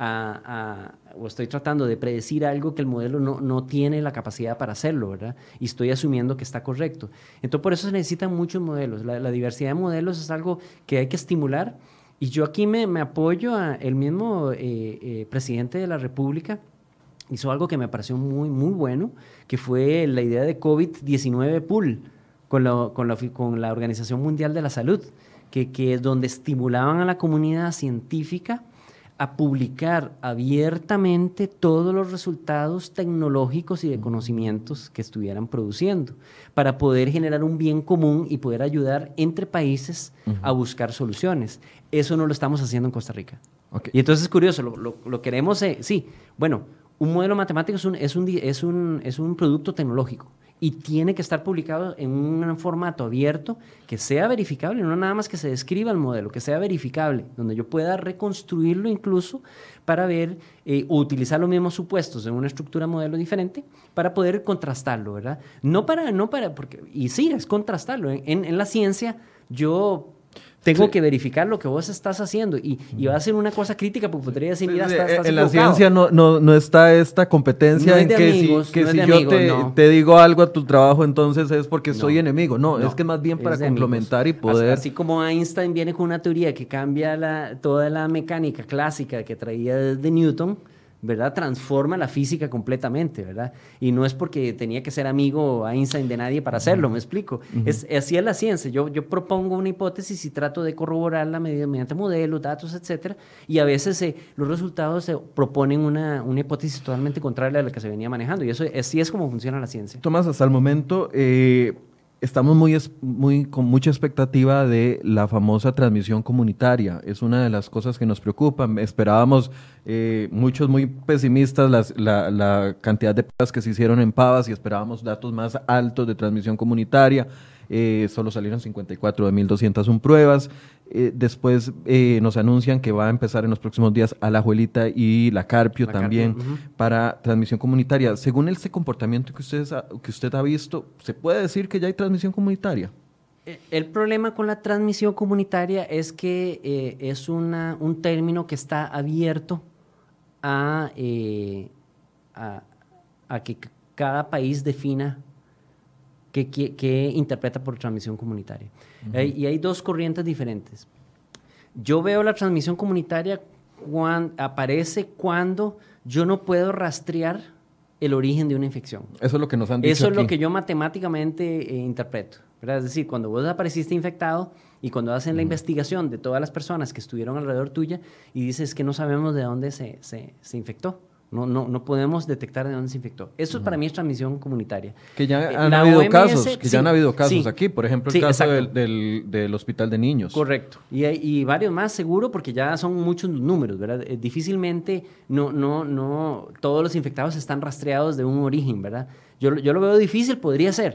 a, a, o estoy tratando de predecir algo que el modelo no, no tiene la capacidad para hacerlo, ¿verdad? Y estoy asumiendo que está correcto. Entonces, por eso se necesitan muchos modelos. La, la diversidad de modelos es algo que hay que estimular. Y yo aquí me, me apoyo a el mismo eh, eh, presidente de la República, hizo algo que me pareció muy, muy bueno, que fue la idea de COVID diecinueve Pool con la, con la, con la Organización Mundial de la Salud, que, que es donde estimulaban a la comunidad científica a publicar abiertamente todos los resultados tecnológicos y de conocimientos que estuvieran produciendo, para poder generar un bien común y poder ayudar entre países uh-huh. a buscar soluciones. Eso no lo estamos haciendo en Costa Rica. Okay. Y entonces es curioso, lo, lo, lo queremos, eh, sí, bueno, un modelo matemático es un, es, un, es, un, es un producto tecnológico y tiene que estar publicado en un formato abierto que sea verificable, no nada más que se describa el modelo, que sea verificable, donde yo pueda reconstruirlo incluso para ver eh, o utilizar los mismos supuestos en una estructura modelo diferente para poder contrastarlo, ¿verdad? No para, no para, porque, y sí, es contrastarlo. En, en la ciencia yo... Tengo sí. que verificar lo que vos estás haciendo y, y va a ser una cosa crítica porque podría decir, mira, sí, estás, estás en equivocado. la ciencia no, no, no está esta competencia no en que amigos, si, que no si yo amigos, te, no. te digo algo a tu trabajo, entonces es porque no, soy enemigo. No, no, es que más bien para complementar amigos. y poder... Así, así como Einstein viene con una teoría que cambia la, toda la mecánica clásica que traía desde Newton, ¿verdad? Transforma la física completamente, ¿verdad? Y no es porque tenía que ser amigo Einstein de nadie para hacerlo, uh-huh. ¿me explico? Uh-huh. Es, así es la ciencia. Yo, yo propongo una hipótesis y trato de corroborarla mediante modelos, datos, etcétera, y a veces eh, los resultados se proponen una, una hipótesis totalmente contraria a la que se venía manejando, y eso así es como funciona la ciencia. Tomás, hasta el momento... Eh... Estamos muy, muy, con mucha expectativa de la famosa transmisión comunitaria. Es una de las cosas que nos preocupan. Esperábamos, eh, muchos muy pesimistas, las, la, la cantidad de pruebas que se hicieron en Pavas y esperábamos datos más altos de transmisión comunitaria. Eh, solo salieron cincuenta y cuatro de mil doscientas una pruebas. Eh, después eh, nos anuncian que va a empezar en los próximos días Alajuelita y La Carpio la también Carpio, uh-huh. para transmisión comunitaria. Según este comportamiento que, ustedes ha, que usted ha visto, ¿se puede decir que ya hay transmisión comunitaria? El problema con la transmisión comunitaria es que eh, es una, un término que está abierto a, eh, a, a que cada país defina qué, qué, qué interpreta por transmisión comunitaria. Uh-huh. eh, y hay dos corrientes diferentes. Yo veo la transmisión comunitaria cuando aparece cuando yo no puedo rastrear el origen de una infección. Eso es lo que nos han dicho. Eso es aquí. lo que yo matemáticamente eh, interpreto, ¿verdad? Es decir, cuando vos apareciste infectado y cuando hacen uh-huh. la investigación de todas las personas que estuvieron alrededor tuya y dices que no sabemos de dónde se, se, se infectó. No, no, no podemos detectar de dónde se infectó. Eso uh-huh. para mí es transmisión comunitaria. Que ya han la habido O M S, casos, que sí, ya han habido casos sí, aquí. Por ejemplo, el sí, caso del, del, del Hospital de Niños. Correcto. Y, y varios más, seguro, porque ya son muchos números, ¿verdad? Eh, difícilmente no, no, no, todos los infectados están rastreados de un origen, ¿verdad? Yo, yo lo veo difícil, podría ser,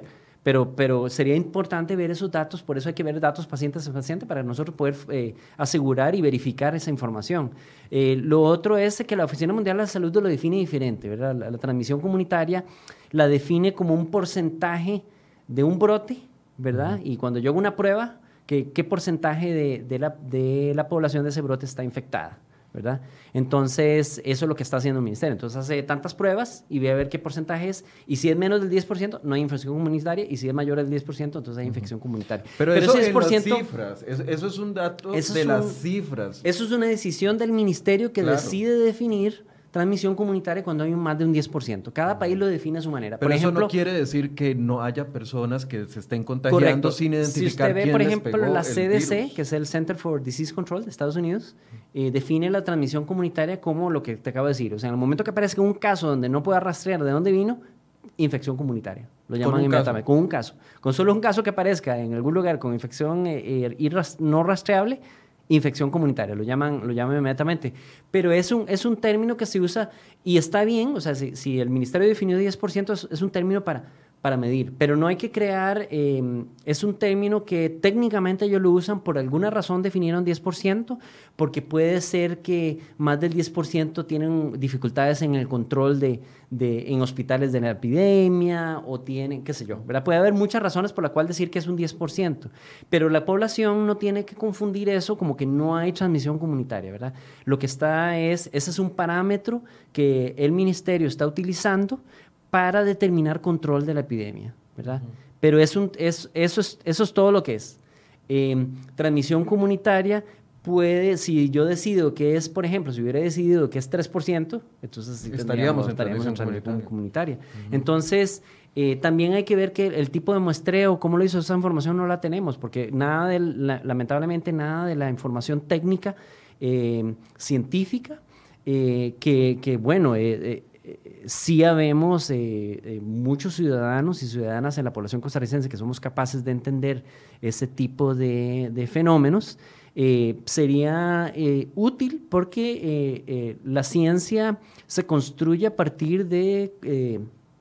Pero, pero sería importante ver esos datos, por eso hay que ver datos pacientes a paciente para nosotros poder eh, asegurar y verificar esa información. Eh, lo otro es que la Oficina Mundial de la Salud lo define diferente, ¿verdad? La, la transmisión comunitaria la define como un porcentaje de un brote, ¿verdad? Uh-huh. Y cuando yo hago una prueba, ¿qué, qué porcentaje de, de, la, de la población de ese brote está infectada? ¿Verdad? Entonces, eso es lo que está haciendo el ministerio. Entonces, hace tantas pruebas y ve a ver qué porcentaje es. Y si es menos del diez por ciento, no hay infección comunitaria. Y si es mayor del diez por ciento, entonces hay infección uh-huh. comunitaria. Pero, Pero eso es por ciento, las cifras. Eso, eso es un dato de un, las cifras. Eso es una decisión del ministerio que claro. decide definir transmisión comunitaria cuando hay más de un diez por ciento. Cada país lo define a su manera. Pero por eso ejemplo, no quiere decir que no haya personas que se estén contagiando correcto. Sin identificar quién les pegó. Si usted ve, por ejemplo, la C D C, que es el Center for Disease Control de Estados Unidos, eh, define la transmisión comunitaria como lo que te acabo de decir. O sea, en el momento que aparezca un caso donde no pueda rastrear de dónde vino, infección comunitaria. Lo llaman inmediatamente. Con un caso. Con solo un caso que aparezca en algún lugar con infección eh, eh, irras- no rastreable, infección comunitaria, lo llaman, lo llaman inmediatamente. Pero es un, es un término que se usa y está bien, o sea, si, si el ministerio definió diez por ciento, es, es un término para, para medir, pero no hay que crear, eh, es un término que técnicamente ellos lo usan, por alguna razón definieron diez por ciento, porque puede ser que más del diez por ciento tienen dificultades en el control de, de, en hospitales de la epidemia, o tienen, qué sé yo, ¿verdad? Puede haber muchas razones por las cuales decir que es un diez por ciento, pero la población no tiene que confundir eso como que no hay transmisión comunitaria, ¿verdad? Lo que está es, ese es un parámetro que el ministerio está utilizando para determinar control de la epidemia, ¿verdad? Uh-huh. Pero es un, es, eso, es, eso es todo lo que es. Eh, transmisión comunitaria puede, si yo decido que es, por ejemplo, si hubiera decidido que es tres por ciento, entonces estaríamos, estaríamos en transmisión comunitaria. comunitaria. Uh-huh. Entonces, eh, también hay que ver que el tipo de muestreo, cómo lo hizo esa información, no la tenemos, porque nada de la, lamentablemente nada de la información técnica, eh, científica, eh, que, que, bueno, eh, eh, sí habemos eh, eh, muchos ciudadanos y ciudadanas en la población costarricense que somos capaces de entender ese tipo de, de fenómenos. Eh, sería eh, útil porque eh, eh, la ciencia se construye a partir de, eh,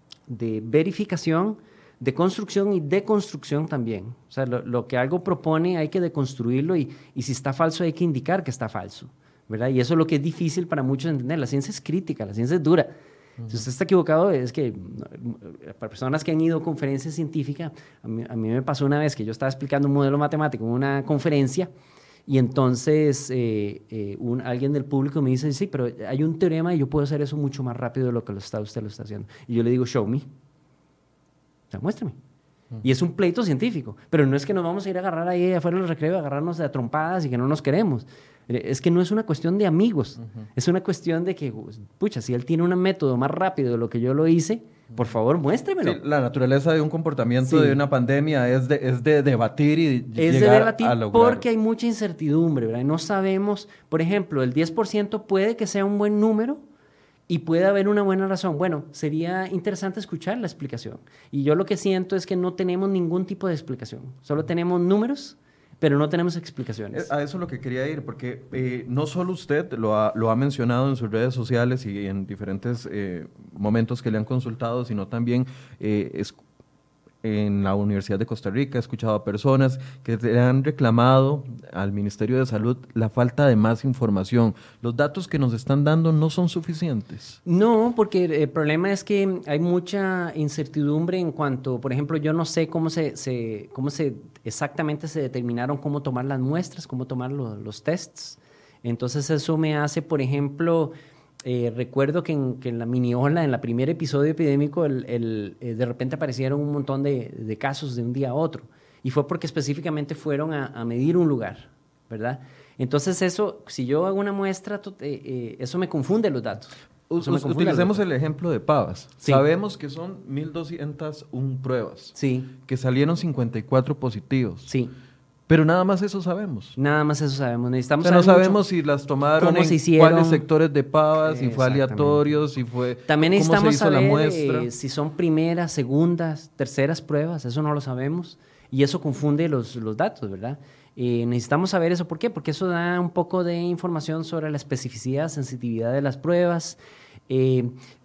de verificación, de construcción y deconstrucción también. O sea, lo, lo que algo propone hay que deconstruirlo y, y si está falso hay que indicar que está falso, ¿verdad? Y eso es lo que es difícil para muchos entender. La ciencia es crítica, la ciencia es dura. Uh-huh. Si usted está equivocado, es que para personas que han ido a conferencias científicas, a mí, a mí me pasó una vez que yo estaba explicando un modelo matemático en una conferencia y entonces eh, eh, un, alguien del público me dice, sí, pero hay un teorema y yo puedo hacer eso mucho más rápido de lo que lo está, usted lo está haciendo. Y yo le digo, show me. O sea, muéstrame. Uh-huh. Y es un pleito científico, pero no es que nos vamos a ir a agarrar ahí afuera del recreo, a agarrarnos de a trompadas y que no nos queremos. Es que no es una cuestión de amigos, uh-huh. es una cuestión de que, pucha, si él tiene un método más rápido de lo que yo lo hice, por favor, muéstremelo. Sí, la naturaleza de un comportamiento sí. de una pandemia es de, es de debatir y es llegar de debatir a lograr. Porque hay mucha incertidumbre, ¿verdad? No sabemos, por ejemplo, el diez por ciento puede que sea un buen número y puede haber una buena razón. Bueno, sería interesante escuchar la explicación. Y yo lo que siento es que no tenemos ningún tipo de explicación, solo tenemos números, pero no tenemos explicaciones. A eso es lo que quería ir, porque eh, no solo usted lo ha, lo ha mencionado en sus redes sociales y en diferentes eh, momentos que le han consultado, sino también eh, es, en la Universidad de Costa Rica he escuchado a personas que le han reclamado al Ministerio de Salud la falta de más información. Los datos que nos están dando no son suficientes. No, porque el problema es que hay mucha incertidumbre en cuanto, por ejemplo, yo no sé cómo se, se, cómo se exactamente se determinaron cómo tomar las muestras, cómo tomar lo, los tests. Entonces eso me hace, por ejemplo... Eh, recuerdo que en, que en la mini ola, en el primer episodio epidémico, el, el, eh, de repente aparecieron un montón de, de casos de un día a otro. Y fue porque específicamente fueron a, a medir un lugar, ¿verdad? Entonces eso, si yo hago una muestra, eh, eh, eso me confunde los datos. Us, us, utilicemos el ejemplo de Pavas. Sí. Sabemos que son mil doscientas una pruebas. Sí. Que salieron cincuenta y cuatro positivos. Sí. Pero nada más eso sabemos. Nada más eso sabemos. Necesitamos o sea, no sabemos si las tomaron en se cuáles sectores de Pavas, si fue aleatorio, si fue... También necesitamos cómo se hizo saber la muestra. Eh, si son primeras, segundas, terceras pruebas. Eso no lo sabemos. Y eso confunde los, los datos, ¿verdad? Eh, necesitamos saber eso. ¿Por qué? Porque eso da un poco de información sobre la especificidad, sensitividad de las pruebas. Eh,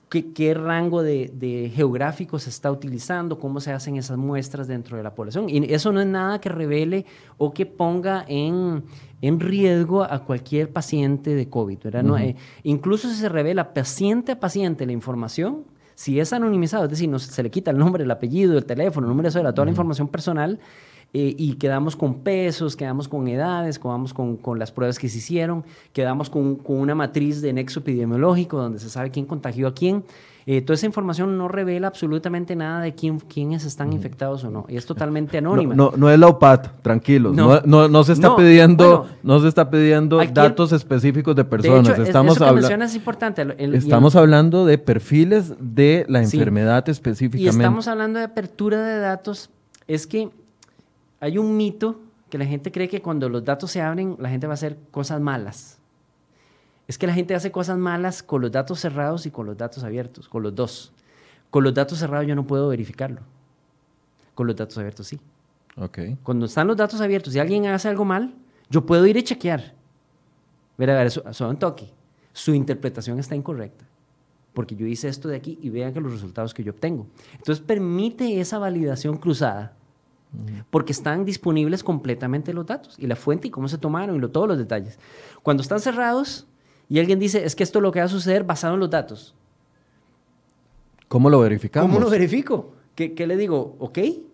qué, qué rango de, de geográfico se está utilizando, cómo se hacen esas muestras dentro de la población. Y eso no es nada que revele o que ponga en, en riesgo a cualquier paciente de COVID, ¿verdad? Uh-huh. No, eh, incluso si se revela paciente a paciente la información, si es anonimizado, es decir, no, se le quita el nombre, el apellido, el teléfono, el número de cédula, toda uh-huh. la información personal, Eh, y quedamos con pesos, quedamos con edades, quedamos con, con las pruebas que se hicieron, quedamos con, con una matriz de nexo epidemiológico donde se sabe quién contagió a quién. Eh, toda esa información no revela absolutamente nada de quién, quiénes están infectados o no, y es totalmente anónima. No, no, no es la O P A T, tranquilos, no, no, no, no se está no, pidiendo, bueno, no se está pidiendo datos el, específicos de personas. De hecho, estamos eso que habla- mencionas es importante. El, estamos el, hablando de perfiles de la enfermedad sí, específicamente. Y estamos hablando de apertura de datos, es que hay un mito que la gente cree que cuando los datos se abren, la gente va a hacer cosas malas. Es que la gente hace cosas malas con los datos cerrados y con los datos abiertos, con los dos. Con los datos cerrados yo no puedo verificarlo. Con los datos abiertos sí. Okay. Cuando están los datos abiertos y alguien hace algo mal, yo puedo ir y chequear. Ver, a ver, eso, eso un toque. Su interpretación está incorrecta. Porque yo hice esto de aquí y vean que los resultados que yo obtengo. Entonces permite esa validación cruzada. Porque están disponibles completamente los datos y la fuente y cómo se tomaron y lo, todos los detalles. Cuando están cerrados y alguien dice, es que esto es lo que va a suceder basado en los datos. ¿Cómo lo verificamos? ¿Cómo lo verifico? ¿Qué, qué le digo? ¿Ok?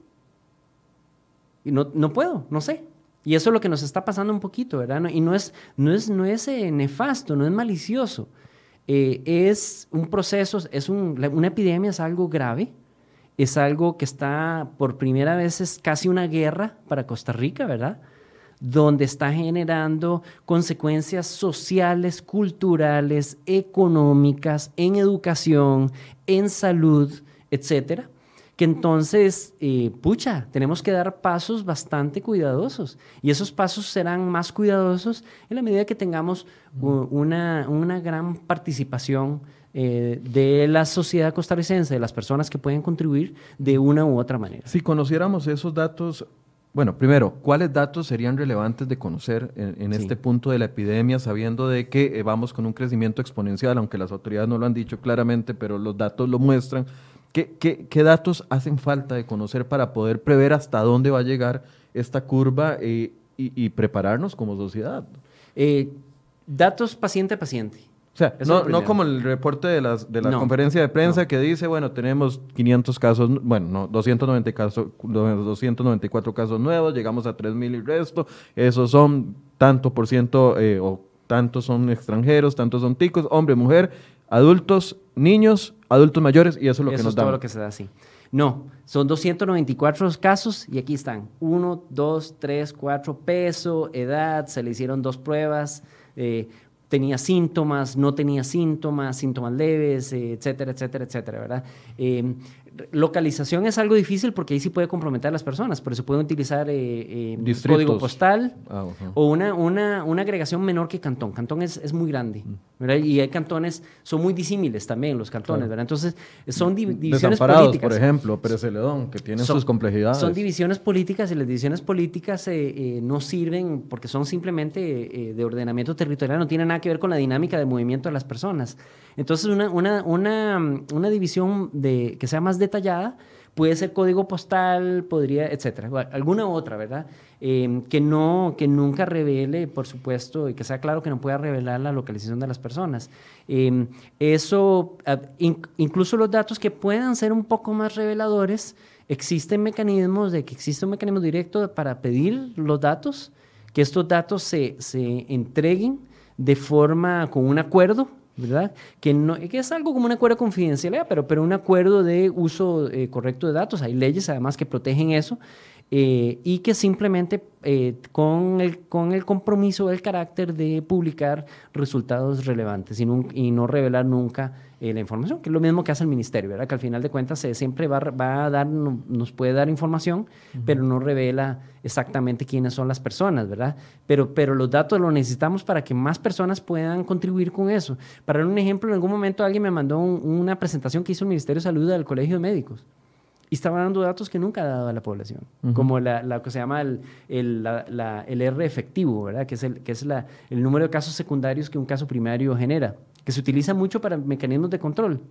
Y no, no puedo, no sé. Y eso es lo que nos está pasando un poquito, ¿verdad? No, y no es, no es, no es eh, nefasto, no es malicioso. Eh, es un proceso, es un, una epidemia es algo grave. Es algo que está, por primera vez, es casi una guerra para Costa Rica, ¿verdad? Donde está generando consecuencias sociales, culturales, económicas, en educación, en salud, etcétera. Que entonces, eh, pucha, tenemos que dar pasos bastante cuidadosos. Y esos pasos serán más cuidadosos en la medida que tengamos uh, una, una gran participación Eh, de la sociedad costarricense, de las personas que pueden contribuir de una u otra manera. Si conociéramos esos datos, bueno, primero, ¿cuáles datos serían relevantes de conocer en, en sí. este punto de la epidemia, sabiendo de que eh, vamos con un crecimiento exponencial, aunque las autoridades no lo han dicho claramente, pero los datos lo muestran? ¿Qué, qué, qué datos hacen falta de conocer para poder prever hasta dónde va a llegar esta curva eh, y, y prepararnos como sociedad? Eh, datos paciente a paciente. O sea, no, no como el reporte de, las, de la no, conferencia de prensa no. que dice, bueno, tenemos quinientos casos, bueno, no, doscientos noventa casos, doscientos noventa y cuatro casos nuevos, llegamos a tres mil y resto, esos son tanto por ciento, eh, o tantos son extranjeros, tantos son ticos, hombre, mujer, adultos, niños, adultos mayores, y eso es lo eso que nos es da. Todo lo que se da, sí. No, son doscientos noventa y cuatro casos y aquí están, uno, dos, tres, cuatro, peso, edad, se le hicieron dos pruebas, eh, tenía síntomas, no tenía síntomas, síntomas leves, eh, etcétera, etcétera, etcétera, ¿verdad? Eh, localización es algo difícil porque ahí sí puede comprometer a las personas, pero se puede utilizar eh, eh, código postal ah, uh-huh. o una, una, una agregación menor que cantón. Cantón es, es muy grande, ¿verdad? Y hay cantones, son muy disímiles también los cantones, claro. ¿verdad? Entonces, son div- divisiones políticas. Por ejemplo, Pérez Celedón, que tienen son, sus complejidades. Son divisiones políticas y las divisiones políticas eh, eh, no sirven porque son simplemente eh, de ordenamiento territorial, no tienen nada que ver con la dinámica de movimiento de las personas. Entonces, una, una, una, una división de, que sea más detallada puede ser código postal, podría, etcétera, alguna otra, ¿verdad? Eh, que, no, que nunca revele, por supuesto, y que sea claro que no pueda revelar la localización de las personas. Eh, eso, in, incluso los datos que puedan ser un poco más reveladores, existen mecanismos de que existe un mecanismo directo para pedir los datos, que estos datos se, se entreguen de forma, con un acuerdo, ¿verdad? Que, no, que es algo como un acuerdo de confidencialidad, pero, pero un acuerdo de uso eh, correcto de datos. Hay leyes además que protegen eso eh, y que simplemente eh, con, el, con el compromiso, el carácter de publicar resultados relevantes y, nun, y no revelar nunca eh, la información, que es lo mismo que hace el ministerio, ¿verdad? Que al final de cuentas se, siempre va, va a dar, no, nos puede dar información, uh-huh. pero no revela exactamente quiénes son las personas, ¿verdad? Pero, pero los datos los necesitamos para que más personas puedan contribuir con eso. Para dar un ejemplo, en algún momento alguien me mandó un, una presentación que hizo el Ministerio de Salud del Colegio de Médicos y estaba dando datos que nunca ha dado a la población, uh-huh. como la, la que se llama el, el, la, la, el R efectivo, ¿verdad? Que es, el, que es la, el número de casos secundarios que un caso primario genera, que se utiliza mucho para mecanismos de control.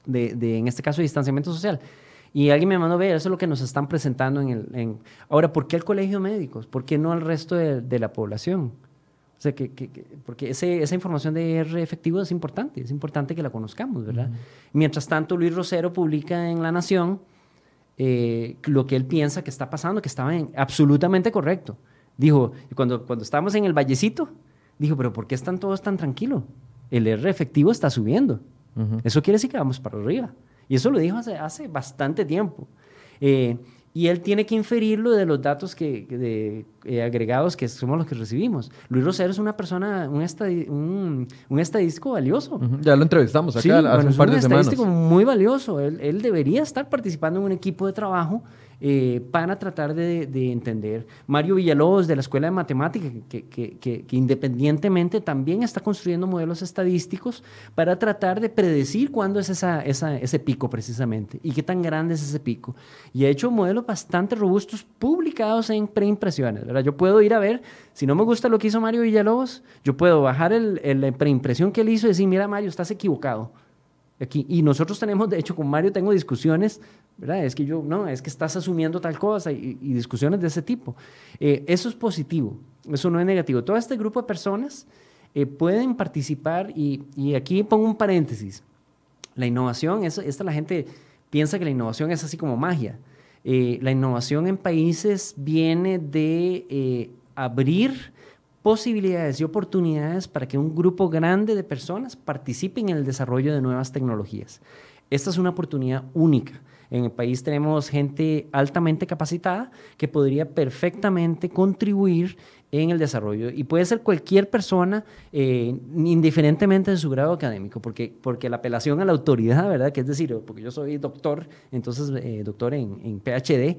de, de, en este caso, distanciamiento social. Y alguien me mandó, ver, eso es lo que nos están presentando en el... En... Ahora, ¿por qué el colegio de médicos? ¿Por qué no al resto de, de la población? O sea, que, que, que, porque ese, esa información de I R efectivo es importante, es importante que la conozcamos, ¿verdad? Uh-huh. Mientras tanto, Luis Rosero publica en La Nación eh, lo que él piensa que está pasando, que estaba en, absolutamente correcto. Dijo, cuando, cuando estábamos en el Vallecito, dijo, pero ¿por qué están todos tan tranquilos? El I R efectivo está subiendo. Uh-huh. Eso quiere decir que vamos para arriba. Y eso lo dijo hace, hace bastante tiempo. Eh, y él tiene que inferirlo de los datos que, de, eh, agregados que somos los que recibimos. Luis Rosero es una persona, un, estadi un, un estadístico valioso. Uh-huh. Ya lo entrevistamos acá sí, hace bueno, un par de es un semanas. estadístico muy valioso. Él, él debería estar participando en un equipo de trabajo eh, para tratar de, de entender. Mario Villalobos, de la Escuela de Matemática, que, que, que, que independientemente también está construyendo modelos estadísticos para tratar de predecir cuándo es esa, esa, ese pico precisamente y qué tan grande es ese pico. Y ha hecho modelos bastante robustos publicados en preimpresiones, ¿verdad? Yo puedo ir a ver, si no me gusta lo que hizo Mario Villalobos, yo puedo bajar el, el, la preimpresión que él hizo y decir, mira Mario, estás equivocado. Aquí. Y nosotros tenemos, de hecho, con Mario tengo discusiones, ¿verdad? Es que yo, no, es que estás asumiendo tal cosa y, y discusiones de ese tipo. Eh, eso es positivo, eso no es negativo. Todo este grupo de personas eh, pueden participar y, y aquí pongo un paréntesis. La innovación, eso, esta la gente piensa que la innovación es así como magia. Eh, la innovación en países viene de eh, abrir posibilidades y oportunidades para que un grupo grande de personas participen en el desarrollo de nuevas tecnologías. Esta es una oportunidad única. En el país tenemos gente altamente capacitada que podría perfectamente contribuir en el desarrollo. Y puede ser cualquier persona, eh, indiferentemente de su grado académico, porque, porque la apelación a la autoridad, ¿verdad? Que es decir, porque yo soy doctor, entonces eh, doctor en, en P H D,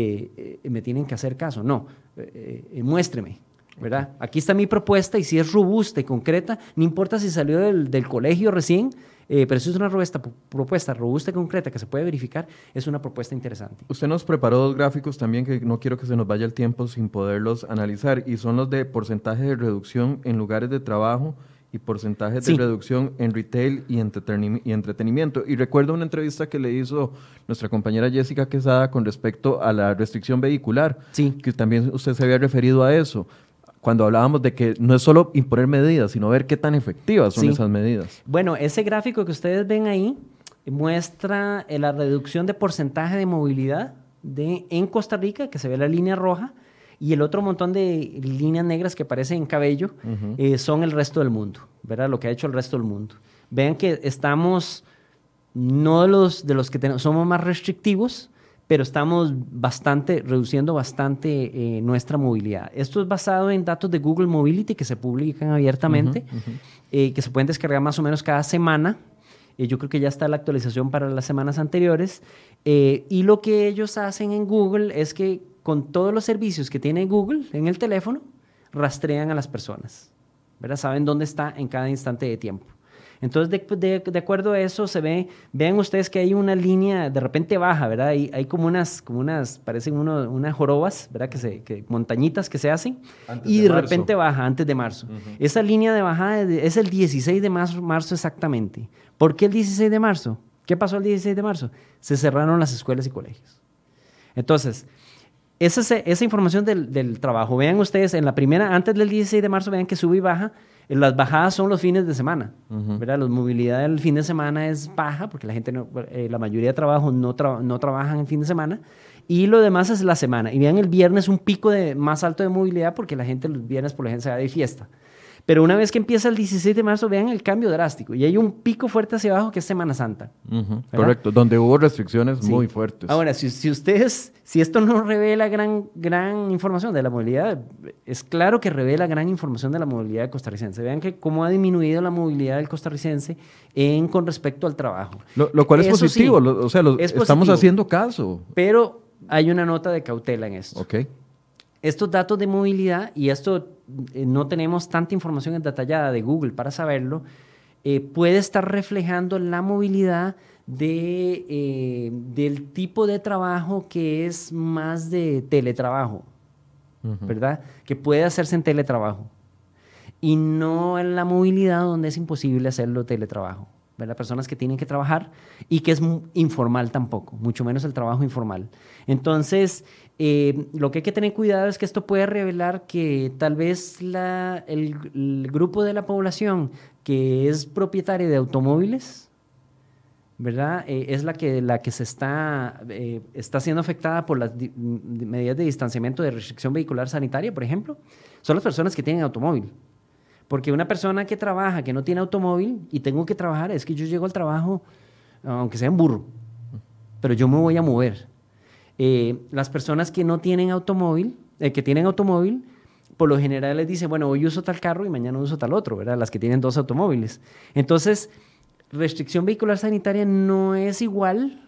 eh, eh, me tienen que hacer caso. No, eh, eh, muéstreme. ¿Verdad? Aquí está mi propuesta y si es robusta y concreta, no importa si salió del, del colegio recién, eh, pero si es una robusta, propuesta robusta y concreta que se puede verificar, es una propuesta interesante. Usted nos preparó dos gráficos también que no quiero que se nos vaya el tiempo sin poderlos analizar y son los de porcentaje de reducción en lugares de trabajo y porcentajes sí. de reducción en retail y, entreteni y entretenimiento. Y recuerdo una entrevista que le hizo nuestra compañera Jessica Quesada con respecto a la restricción vehicular, sí. que también usted se había referido a eso, cuando hablábamos de que no es solo imponer medidas, sino ver qué tan efectivas son sí. esas medidas. Bueno, ese gráfico que ustedes ven ahí muestra eh, la reducción de porcentaje de movilidad de, en Costa Rica, que se ve la línea roja, y el otro montón de líneas negras que aparecen en cabello uh-huh. eh, son el resto del mundo, ¿verdad? Lo que ha hecho el resto del mundo. Vean que estamos, no de los, de los que tenemos, somos más restrictivos, pero estamos bastante, reduciendo bastante eh, nuestra movilidad. Esto es basado en datos de Google Mobility que se publican abiertamente, uh-huh, uh-huh. Eh, que se pueden descargar más o menos cada semana. Eh, yo creo que ya está la actualización para las semanas anteriores. Eh, y lo que ellos hacen en Google es que con todos los servicios que tiene Google en el teléfono, rastrean a las personas, ¿verdad? Saben dónde está en cada instante de tiempo. Entonces, de, de, de acuerdo a eso, se ve, vean ustedes que hay una línea de repente baja, ¿verdad? Hay, hay como unas, como unas, parecen uno, unas jorobas, ¿verdad? Que se, que, montañitas que se hacen, antes y de, de repente baja antes de marzo. Uh-huh. Esa línea de bajada es el dieciséis de marzo, marzo exactamente. ¿Por qué el dieciséis de marzo? ¿Qué pasó el dieciséis de marzo? Se cerraron las escuelas y colegios. Entonces, esa, esa información del, del trabajo, vean ustedes, en la primera, antes del dieciséis de marzo, vean que sube y baja. Las bajadas son los fines de semana, uh-huh. ¿verdad? La movilidad del fin de semana es baja porque la gente, no, eh, la mayoría de trabajos no, tra no trabajan en fin de semana y lo demás es la semana. Y vean el viernes un pico de, más alto de movilidad porque la gente los viernes por ejemplo se va de fiesta. Pero una vez que empieza el dieciséis de marzo, vean el cambio drástico. Y hay un pico fuerte hacia abajo que es Semana Santa. Uh-huh. Correcto, donde hubo restricciones sí. muy fuertes. Ahora, si, si ustedes, si esto no revela gran, gran información de la movilidad, es claro que revela gran información de la movilidad costarricense. Vean que cómo ha disminuido la movilidad del costarricense en, con respecto al trabajo. Lo, lo cual es Eso positivo, sí, lo, o sea, lo, es estamos positivo, haciendo caso. Pero hay una nota de cautela en esto. Okay. Estos datos de movilidad, y esto eh, no tenemos tanta información detallada de Google para saberlo, eh, puede estar reflejando la movilidad de, eh, del tipo de trabajo que es más de teletrabajo, uh-huh. ¿verdad? Que puede hacerse en teletrabajo. Y no en la movilidad donde es imposible hacerlo teletrabajo. ¿verdad? Personas que tienen que trabajar y que es informal tampoco, mucho menos el trabajo informal. Entonces, eh, lo que hay que tener cuidado es que esto puede revelar que tal vez la, el, el grupo de la población que es propietaria de automóviles, ¿verdad? Eh, es la que, la que se está, eh, está siendo afectada por las di- medidas de distanciamiento de restricción vehicular sanitaria, por ejemplo, son las personas que tienen automóvil. Porque una persona que trabaja, que no tiene automóvil y tengo que trabajar, es que yo llego al trabajo, aunque sea en burro, pero yo me voy a mover. Eh, las personas que no tienen automóvil, eh, que tienen automóvil, por lo general les dicen, bueno, hoy uso tal carro y mañana uso tal otro, ¿verdad? Las que tienen dos automóviles. Entonces, restricción vehicular sanitaria no es igual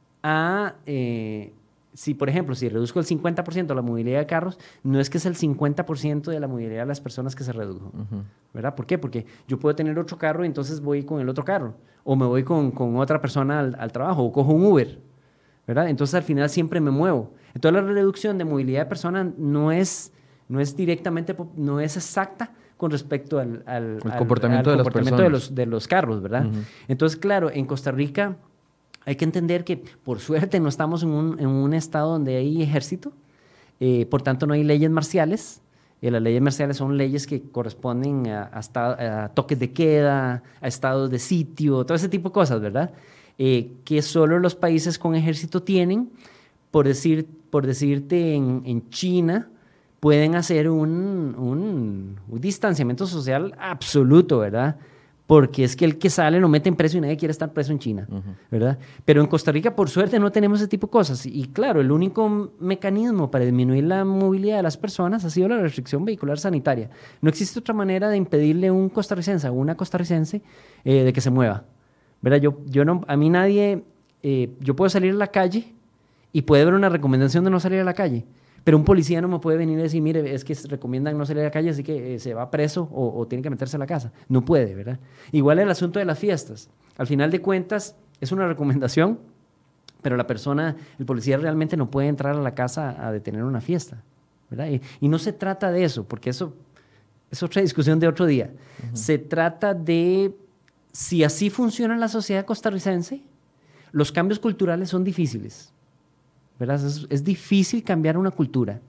a... Eh, si, por ejemplo, si reduzco el cincuenta por ciento de la movilidad de carros, no es que es el cincuenta por ciento de la movilidad de las personas que se redujo, uh-huh. ¿verdad? ¿Por qué? Porque yo puedo tener otro carro y entonces voy con el otro carro, o me voy con, con otra persona al, al trabajo, o cojo un Uber, ¿verdad? Entonces, al final siempre me muevo. Entonces, la reducción de movilidad de personas no es, no es directamente, no es exacta con respecto al, al, el al, comportamiento, al de, comportamiento las de, los, de los carros, ¿verdad? Uh-huh. Entonces, claro, en Costa Rica... Hay que entender que, por suerte, no estamos en un, en un estado donde hay ejército, eh, por tanto, no hay leyes marciales. Eh, las leyes marciales son leyes que corresponden a, a, esta, a toques de queda, a estados de sitio, todo ese tipo de cosas, ¿verdad? Eh, que solo los países con ejército tienen. Por, decir, por decirte, en, en China pueden hacer un, un, un distanciamiento social absoluto, ¿verdad? Porque es que el que sale lo meten preso y nadie quiere estar preso en China, uh-huh. ¿verdad? Pero en Costa Rica, por suerte, no tenemos ese tipo de cosas. Y claro, el único mecanismo para disminuir la movilidad de las personas ha sido la restricción vehicular sanitaria. No existe otra manera de impedirle a un costarricense o una costarricense eh, de que se mueva, ¿verdad? Yo, yo no, a mí nadie, eh, yo puedo salir a la calle y puede haber una recomendación de no salir a la calle. Pero un policía no me puede venir y decir, mire, es que recomiendan no salir a la calle, así que eh, se va preso o, o tiene que meterse a la casa. No puede, ¿verdad? Igual el asunto de las fiestas. Al final de cuentas, es una recomendación, pero la persona, el policía realmente no puede entrar a la casa a detener una fiesta, ¿verdad? Y, y no se trata de eso, porque eso es otra discusión de otro día. Uh-huh. Se trata de si así funciona la sociedad costarricense, los cambios culturales son difíciles. ¿verdad? Es, es difícil cambiar una cultura.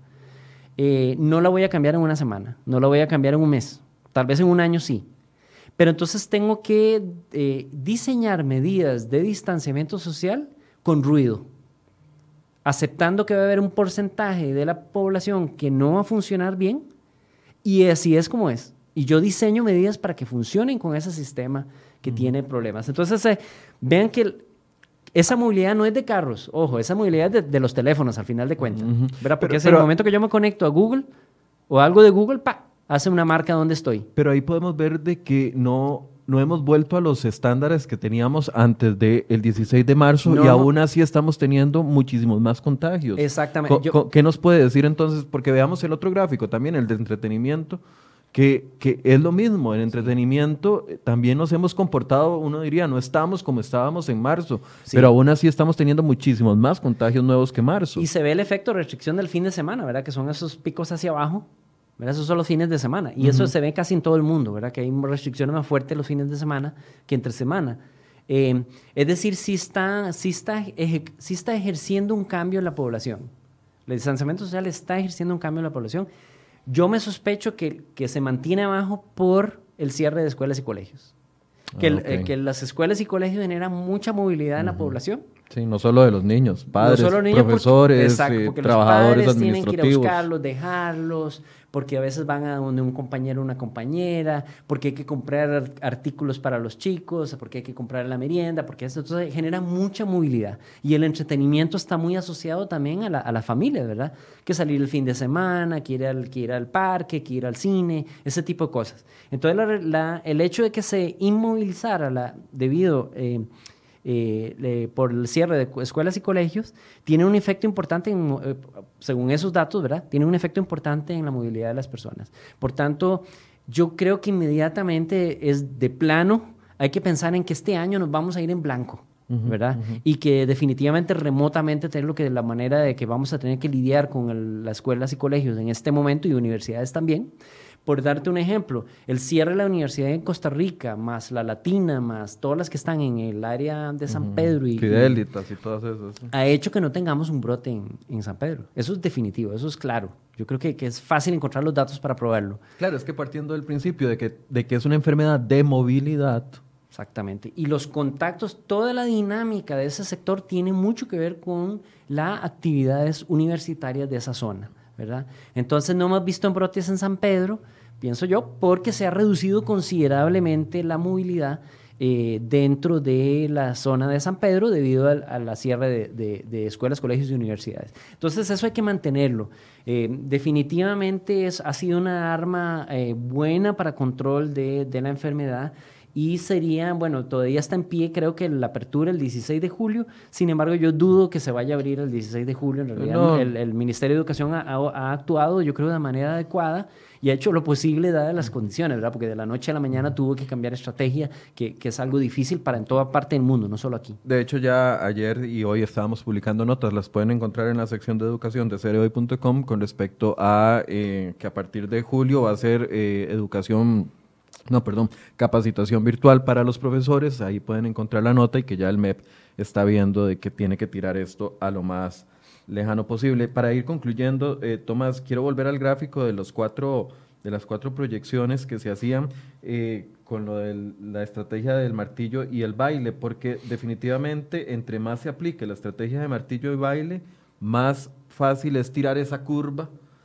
Eh, no la voy a cambiar en una semana, no la voy a cambiar en un mes, tal vez en un año sí. Pero entonces tengo que eh, diseñar medidas de distanciamiento social con ruido, aceptando que va a haber un porcentaje de la población que no va a funcionar bien, y así es como es. Y yo diseño medidas para que funcionen con ese sistema que uh-huh. tiene problemas. Entonces, eh, vean que el, esa movilidad no es de carros, ojo, esa movilidad es de, de los teléfonos al final de cuentas, uh-huh. ¿verdad? Porque pero, es pero, el momento que yo me conecto a Google o algo de Google, ¡pa!, hace una marca donde estoy. Pero ahí podemos ver de que no, no hemos vuelto a los estándares que teníamos antes del dieciséis de marzo no. y aún así estamos teniendo muchísimos más contagios. Exactamente. Co- yo, ¿Qué nos puede decir entonces? Porque veamos el otro gráfico también, el de entretenimiento. Que, que es lo mismo, en entretenimiento sí. también nos hemos comportado, uno diría, no estamos como estábamos en marzo, sí. pero aún así estamos teniendo muchísimos más contagios nuevos que marzo. Y se ve el efecto de restricción del fin de semana, ¿verdad? Que son esos picos hacia abajo, ¿verdad? Esos son los fines de semana. Y uh-huh. eso se ve casi en todo el mundo, ¿verdad? Que hay restricciones más fuertes los fines de semana que entre semana. Eh, es decir, sí está, sí, está, eje, sí está ejerciendo un cambio en la población. El distanciamiento social está ejerciendo un cambio en la población. Yo me sospecho que, que se mantiene abajo por el cierre de escuelas y colegios. Que, ah, okay. el, eh, que las escuelas y colegios generan mucha movilidad uh-huh. en la población. Sí, no solo de los niños, padres, no solo niños profesores, porque, exacto, porque eh, trabajadores los padres administrativos. Tienen que ir a buscarlos, dejarlos, porque a veces van a donde un compañero o una compañera, porque hay que comprar artículos para los chicos, porque hay que comprar la merienda, porque eso entonces genera mucha movilidad. Y el entretenimiento está muy asociado también a la, a la familia, ¿verdad? Que salir el fin de semana, que ir al, que ir al parque, que ir al cine, ese tipo de cosas. Entonces la, la, el hecho de que se inmovilizara la, debido... Eh, Eh, eh, por el cierre de escuelas y colegios, tiene un efecto importante, en, eh, según esos datos, ¿verdad? Tiene un efecto importante en la movilidad de las personas. Por tanto, yo creo que inmediatamente es de plano, hay que pensar en que este año nos vamos a ir en blanco, ¿verdad? Uh-huh, uh-huh. Y que definitivamente remotamente tener lo que la manera de que vamos a tener que lidiar con el, las escuelas y colegios en este momento y universidades también, Por darte un ejemplo, el cierre de la universidad en Costa Rica, más la Latina, más todas las que están en el área de San Pedro y Fidelitas y todas esas. ¿Sí? Ha hecho que no tengamos un brote en, en San Pedro. Eso es definitivo, eso es claro. Yo creo que, que es fácil encontrar los datos para probarlo. Claro, es que partiendo del principio de que, de que es una enfermedad de movilidad. Exactamente. Y los contactos, toda la dinámica de ese sector tiene mucho que ver con las actividades universitarias de esa zona, ¿verdad? Entonces no hemos visto brotes en San Pedro, pienso yo, porque se ha reducido considerablemente la movilidad eh, dentro de la zona de San Pedro debido a, a la cierre de, de, de escuelas, colegios y universidades. Entonces eso hay que mantenerlo. Eh, definitivamente es, ha sido una arma eh, buena para control de, de la enfermedad. Y sería, bueno, todavía está en pie, creo que la apertura el dieciséis de julio, sin embargo yo dudo que se vaya a abrir el dieciséis de julio, en realidad no. el, el Ministerio de Educación ha, ha actuado, yo creo, de manera adecuada y ha hecho lo posible dadas las condiciones, ¿verdad? Porque de la noche a la mañana tuvo que cambiar estrategia, que, que es algo difícil para en toda parte del mundo, no solo aquí. De hecho, ya ayer y hoy estábamos publicando notas, las pueden encontrar en la sección de educación de cereoy punto com con respecto a eh, que a partir de julio va a ser eh, educación... No, perdón, capacitación virtual para los profesores, ahí pueden encontrar la nota y que ya el M E P está viendo de que tiene que tirar esto a lo más lejano posible. Para ir concluyendo, eh, Tomás, quiero volver al gráfico de los cuatro, de las cuatro proyecciones que se hacían eh, con lo de la estrategia del martillo y el baile, porque definitivamente entre más se aplique la estrategia de martillo y baile, más fácil es tirar esa curva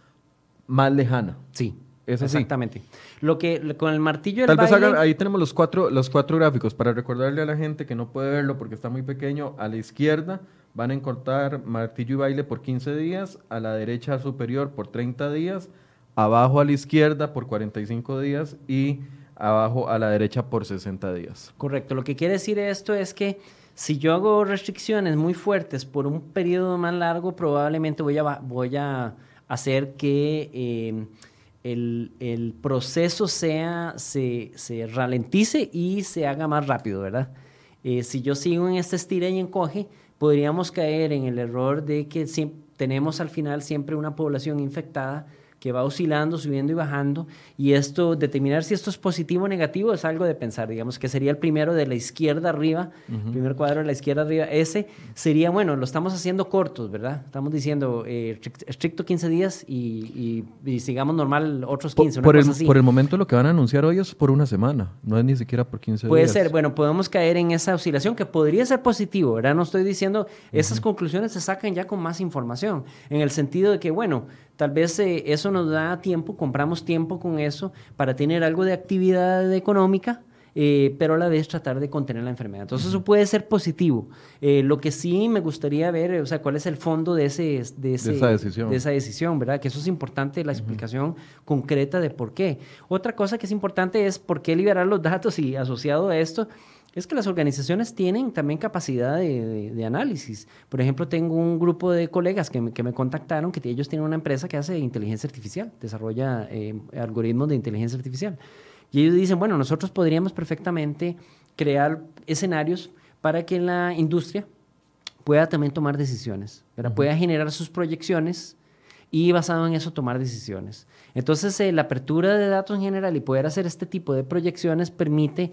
más lejana. Sí. Es así. Exactamente. Lo que con el martillo del Tal vez baile... hagan, ahí tenemos los cuatro, los cuatro gráficos para recordarle a la gente que no puede verlo porque está muy pequeño. A la izquierda van a encortar martillo y baile por quince días, a la derecha superior por treinta días, abajo a la izquierda por cuarenta y cinco días y abajo a la derecha por sesenta días. Correcto. Lo que quiere decir esto es que si yo hago restricciones muy fuertes por un periodo más largo, probablemente voy a, voy a hacer que... Eh, El, el proceso sea, se, se ralentice y se haga más rápido, ¿verdad? Eh, si yo sigo en este estira y encoge, podríamos caer en el error de que siempre, tenemos al final siempre una población infectada que va oscilando, subiendo y bajando, y esto, determinar si esto es positivo o negativo es algo de pensar, digamos que sería el primero de la izquierda arriba, uh-huh. primer cuadro de la izquierda arriba, ese sería, bueno, lo estamos haciendo cortos, ¿verdad? Estamos diciendo eh, estricto quince días y, y, y sigamos normal otros quince, por, una por cosa el, así. Por el momento lo que van a anunciar hoy es por una semana, no es ni siquiera por quince Puede días. Puede ser, bueno, podemos caer en esa oscilación que podría ser positivo, ¿verdad? No estoy diciendo, esas uh-huh. conclusiones se sacan ya con más información, en el sentido de que, bueno, tal vez eh, eso nos da tiempo, compramos tiempo con eso para tener algo de actividad económica, eh, pero a la vez tratar de contener la enfermedad. Entonces, uh-huh. eso puede ser positivo. Eh, lo que sí me gustaría ver, o sea, cuál es el fondo de, ese, de, ese, de, esa, decisión. de esa decisión, ¿verdad? Que eso es importante, la explicación uh-huh. concreta de por qué. Otra cosa que es importante es por qué liberar los datos y asociado a esto, es que las organizaciones tienen también capacidad de, de, de análisis. Por ejemplo, tengo un grupo de colegas que me, que me contactaron, que ellos tienen una empresa que hace inteligencia artificial, desarrolla eh, algoritmos de inteligencia artificial. Y ellos dicen, bueno, nosotros podríamos perfectamente crear escenarios para que la industria pueda también tomar decisiones, ¿verdad? Uh-huh. Pueda generar sus proyecciones y basado en eso tomar decisiones. Entonces, eh, la apertura de datos en general y poder hacer este tipo de proyecciones permite...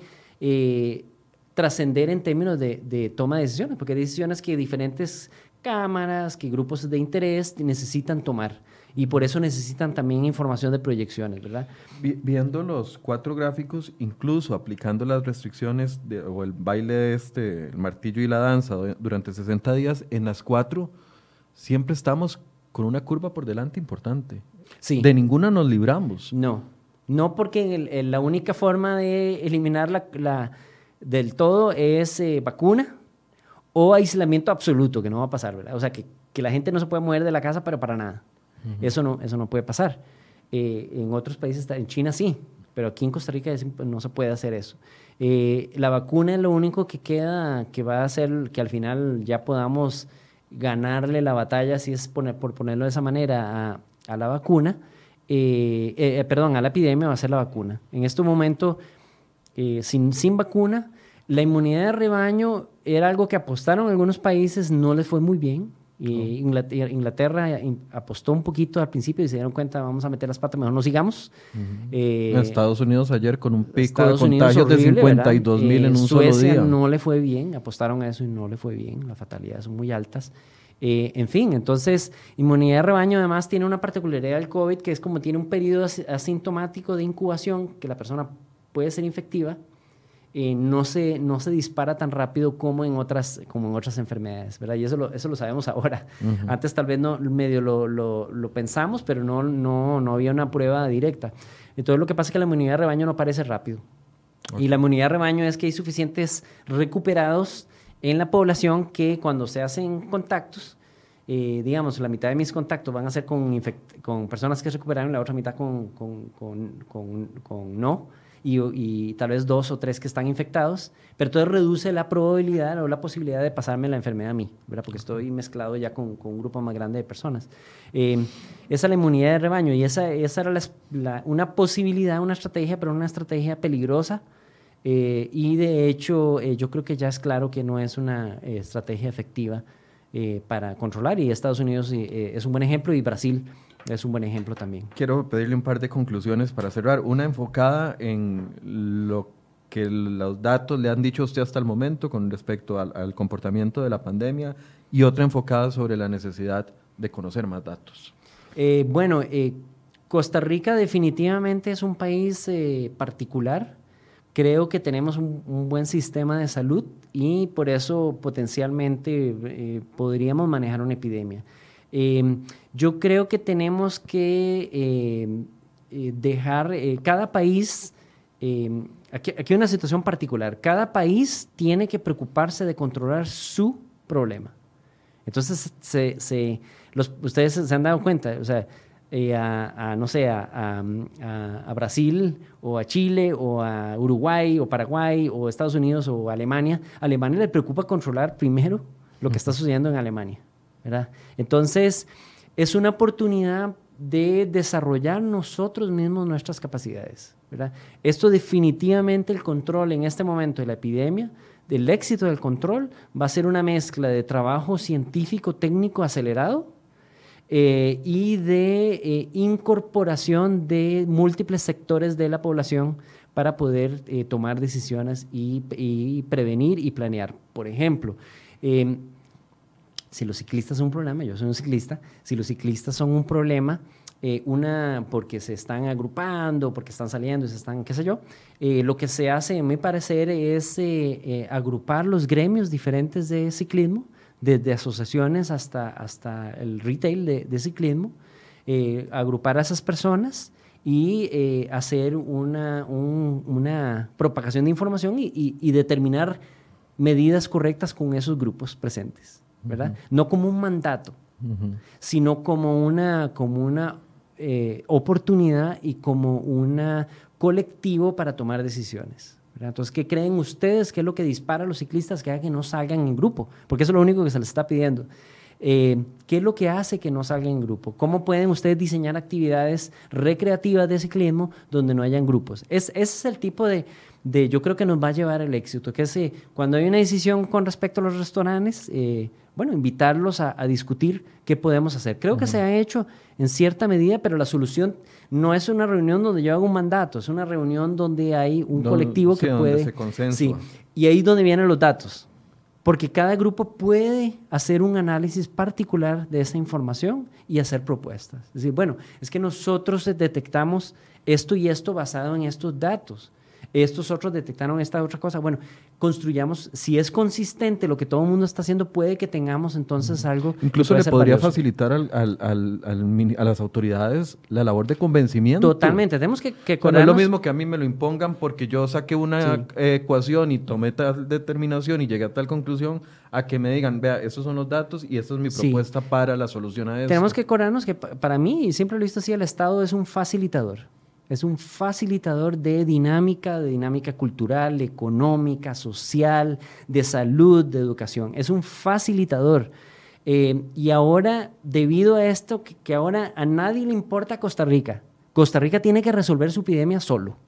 Eh, trascender en términos de, de toma de decisiones, porque hay decisiones que diferentes cámaras, que grupos de interés necesitan tomar y por eso necesitan también información de proyecciones, ¿verdad? Viendo los cuatro gráficos, incluso aplicando las restricciones de, o el baile este, el martillo y la danza durante sesenta días, en las cuatro siempre estamos con una curva por delante importante. Sí. De ninguna nos libramos. No, no porque el, el, la única forma de eliminar la... la del todo es eh, vacuna o aislamiento absoluto, que no va a pasar, ¿verdad? O sea, que, que la gente no se puede mover de la casa, pero para nada. Uh-huh. Eso no, eso no puede pasar. Eh, en otros países, en China sí, pero aquí en Costa Rica no se puede hacer eso. Eh, la vacuna es lo único que queda, que va a hacer que al final ya podamos ganarle la batalla, si es poner, por ponerlo de esa manera, a, a la vacuna, eh, eh, perdón, a la epidemia va a ser la vacuna. En este momento... Eh, sin, sin vacuna, la inmunidad de rebaño era algo que apostaron algunos países, no les fue muy bien Y Inglaterra, Inglaterra apostó un poquito al principio y se dieron cuenta, vamos a meter las patas, mejor no sigamos. Uh-huh. eh, Estados Unidos ayer con un pico Estados de contagios horrible, de cincuenta y dos mil eh, en un Suecia solo día. no le fue bien, apostaron a eso y no le fue bien, las fatalidades son muy altas. Eh, en fin, entonces, inmunidad de rebaño además tiene una particularidad del COVID, que es como tiene un periodo as- asintomático de incubación, que la persona puede ser infectiva, eh, no, se, no se dispara tan rápido como en otras, como en otras enfermedades, ¿verdad? Y eso lo, eso lo sabemos ahora. Uh-huh. Antes tal vez no, medio lo, lo, lo pensamos, pero no, no, no había una prueba directa. Entonces lo que pasa es que la inmunidad de rebaño no aparece rápido. Okay. Y la inmunidad de rebaño es que hay suficientes recuperados en la población que cuando se hacen contactos, eh, digamos, la mitad de mis contactos van a ser con, infect- con personas que se recuperaron, la otra mitad con, con, con, con, con no, y, y tal vez dos o tres que están infectados, pero todo reduce la probabilidad o la posibilidad de pasarme la enfermedad a mí, ¿verdad? Porque estoy mezclado ya con, con un grupo más grande de personas. Eh, esa es la inmunidad de rebaño y esa, esa era la, la, una posibilidad, una estrategia, pero una estrategia peligrosa. Eh, y de hecho, eh, yo creo que ya es claro que no es una eh, estrategia efectiva eh, para controlar, y Estados Unidos eh, es un buen ejemplo y Brasil es un buen ejemplo también. Quiero pedirle un par de conclusiones para cerrar. Una enfocada en lo que los datos le han dicho a usted hasta el momento con respecto al, al comportamiento de la pandemia, y otra enfocada sobre la necesidad de conocer más datos. Eh, bueno, eh, Costa Rica definitivamente es un país eh, particular. Creo que tenemos un, un buen sistema de salud y por eso potencialmente eh, podríamos manejar una epidemia. Eh, yo creo que tenemos que eh, eh, dejar, eh, cada país, eh, aquí, aquí hay una situación particular, cada país tiene que preocuparse de controlar su problema. Entonces, se, se, los, ustedes se han dado cuenta, o sea, Eh, a, a, no sé, a, a, a Brasil o a Chile o a Uruguay o Paraguay o Estados Unidos o Alemania, a Alemania le preocupa controlar primero lo que está sucediendo en Alemania, ¿verdad? Entonces, es una oportunidad de desarrollar nosotros mismos nuestras capacidades, ¿verdad? Esto definitivamente, el control en este momento de la epidemia, del éxito del control, va a ser una mezcla de trabajo científico, técnico acelerado, Eh, y de eh, incorporación de múltiples sectores de la población para poder eh, tomar decisiones y, y prevenir y planear. Por ejemplo, eh, si los ciclistas son un problema, yo soy un ciclista, si los ciclistas son un problema, eh, una porque se están agrupando, porque están saliendo y se están, qué sé yo, eh, lo que se hace, a mi parecer, es eh, eh, agrupar los gremios diferentes de ciclismo, desde asociaciones hasta, hasta el retail de, de ciclismo, eh, agrupar a esas personas y eh, hacer una, un, una propagación de información y, y, y determinar medidas correctas con esos grupos presentes, ¿verdad? Uh-huh. No como un mandato, uh-huh. sino como una, como una eh, oportunidad y como un colectivo para tomar decisiones. Entonces, ¿qué creen ustedes que es lo que dispara a los ciclistas que haga que no salgan en grupo? Porque eso es lo único que se les está pidiendo. Eh, ¿Qué es lo que hace que no salgan en grupo? ¿Cómo pueden ustedes diseñar actividades recreativas de ciclismo donde no hayan grupos? Es, ese es el tipo de, de, yo creo que nos va a llevar al éxito, que es eh, cuando hay una decisión con respecto a los restaurantes, eh, bueno, invitarlos a, a discutir qué podemos hacer. Creo uh-huh. que se ha hecho en cierta medida, pero la solución no es una reunión donde yo hago un mandato, es una reunión donde hay un Don, colectivo sí, que puede... Donde se consensúa. Sí, y ahí es donde vienen los datos, porque cada grupo puede hacer un análisis particular de esa información y hacer propuestas. Es decir, bueno, es que nosotros detectamos esto y esto basado en estos datos. Estos otros detectaron esta otra cosa. Bueno, construyamos, si es consistente lo que todo el mundo está haciendo, puede que tengamos entonces algo. Incluso le podría valioso. facilitar al, al, al, al, a las autoridades la labor de convencimiento. Totalmente, tenemos que, que corrernos. No es lo mismo que a mí me lo impongan porque yo saqué una sí. ecuación y tomé tal determinación y llegué a tal conclusión, a que me digan, vea, estos son los datos y esta es mi propuesta sí. para la solución a eso. Tenemos que corrernos que para mí, y siempre lo he visto así, el Estado es un facilitador. Es un facilitador de dinámica, de dinámica cultural, económica, social, de salud, de educación. Es un facilitador. Eh, y ahora, debido a esto, que, que ahora a nadie le importa Costa Rica. Costa Rica tiene que resolver su epidemia solo.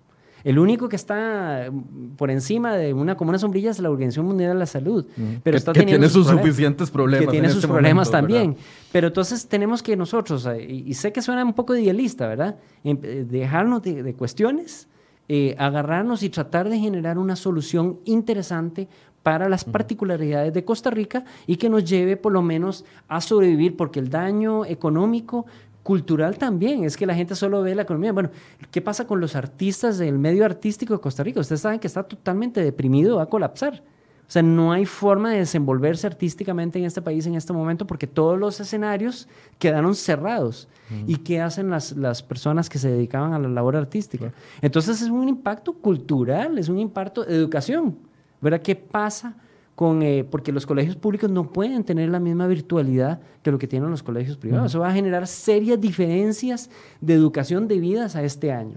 El único que está por encima de una como una sombrilla es la Organización Mundial de la Salud. Uh-huh. Pero que, está que teniendo tiene sus problemas, suficientes problemas. Que tiene en sus este problemas momento, también. ¿verdad? Pero entonces tenemos que nosotros, y, y sé que suena un poco idealista, ¿verdad? Dejarnos de, de cuestiones, eh, agarrarnos y tratar de generar una solución interesante para las particularidades de Costa Rica y que nos lleve por lo menos a sobrevivir, porque el daño económico, cultural también, es que la gente solo ve la economía. Bueno, ¿qué pasa con los artistas del medio artístico de Costa Rica? Ustedes saben que está totalmente deprimido, va a colapsar. O sea, no hay forma de desenvolverse artísticamente en este país en este momento porque todos los escenarios quedaron cerrados. Uh-huh. ¿Y qué hacen las, las personas que se dedicaban a la labor artística? Entonces es un impacto cultural, es un impacto de educación, ¿verdad? ¿Qué pasa con, eh, porque los colegios públicos no pueden tener la misma virtualidad que lo que tienen los colegios privados? Uh-huh. Eso va a generar serias diferencias de educación debidas a este año.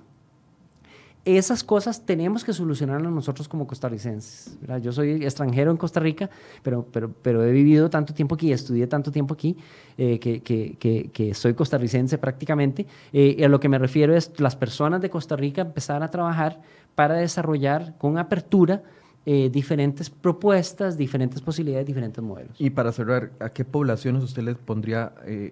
Esas cosas tenemos que solucionarlas nosotros como costarricenses, ¿verdad? Yo soy extranjero en Costa Rica, pero, pero, pero he vivido tanto tiempo aquí, estudié tanto tiempo aquí, eh, que, que, que, que soy costarricense prácticamente. Eh, y a lo que me refiero es las personas de Costa Rica empezar a trabajar para desarrollar con apertura eh, diferentes propuestas, diferentes posibilidades, diferentes modelos. Y para cerrar, ¿a qué poblaciones usted le pondría eh,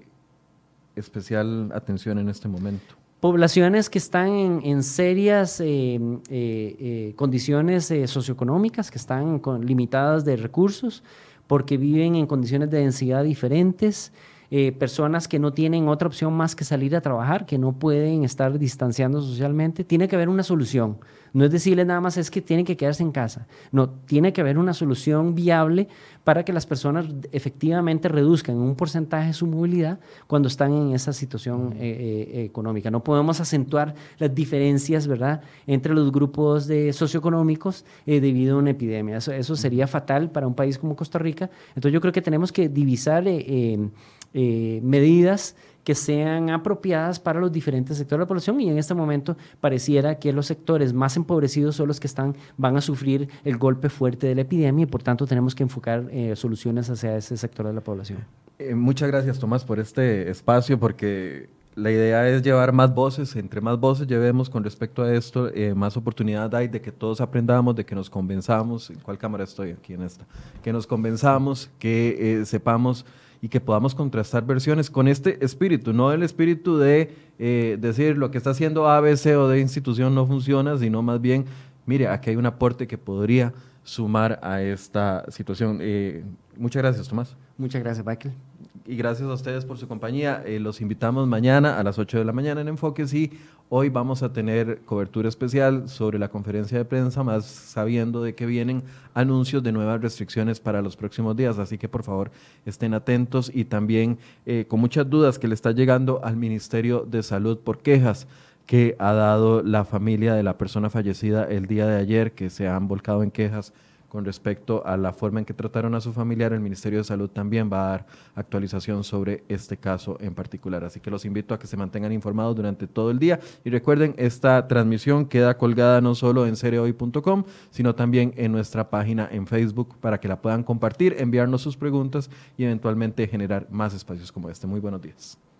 especial atención en este momento? Poblaciones que están en, en serias eh, eh, eh, condiciones eh, socioeconómicas, que están con, limitadas de recursos, porque viven en condiciones de densidad diferentes, eh, personas que no tienen otra opción más que salir a trabajar, que no pueden estar distanciando socialmente. Tiene que haber una solución. No es decirles nada más es que tienen que quedarse en casa. No, tiene que haber una solución viable para que las personas efectivamente reduzcan un porcentaje de su movilidad cuando están en esa situación eh, eh, económica. No podemos acentuar las diferencias, ¿verdad?, entre los grupos de socioeconómicos eh, debido a una epidemia. Eso, eso sería fatal para un país como Costa Rica. Entonces yo creo que tenemos que divisar eh, eh, eh, medidas que sean apropiadas para los diferentes sectores de la población, y en este momento pareciera que los sectores más empobrecidos son los que están, van a sufrir el golpe fuerte de la epidemia, y por tanto tenemos que enfocar eh, soluciones hacia ese sector de la población. Eh, muchas gracias, Tomás, por este espacio, porque la idea es llevar más voces. Entre más voces llevemos con respecto a esto, eh, más oportunidad hay de que todos aprendamos, de que nos convenzamos. ¿En cuál cámara estoy? Aquí en esta. Que nos convenzamos, que eh, sepamos y que podamos contrastar versiones con este espíritu, no el espíritu de eh, decir lo que está haciendo A B C o de institución no funciona, sino más bien, mire, aquí hay un aporte que podría sumar a esta situación. Eh, muchas gracias, Tomás. Muchas gracias, Michael. Y gracias a ustedes por su compañía. Eh, los invitamos mañana a las ocho de la mañana en Enfoques, y hoy vamos a tener cobertura especial sobre la conferencia de prensa, más sabiendo de que vienen anuncios de nuevas restricciones para los próximos días. Así que por favor estén atentos, y también eh, con muchas dudas que le está llegando al Ministerio de Salud por quejas que ha dado la familia de la persona fallecida el día de ayer, que se han volcado en quejas con respecto a la forma en que trataron a su familiar. El Ministerio de Salud también va a dar actualización sobre este caso en particular. Así que los invito a que se mantengan informados durante todo el día. Y recuerden, esta transmisión queda colgada no solo en cereohoy punto com, sino también en nuestra página en Facebook, para que la puedan compartir, enviarnos sus preguntas y eventualmente generar más espacios como este. Muy buenos días.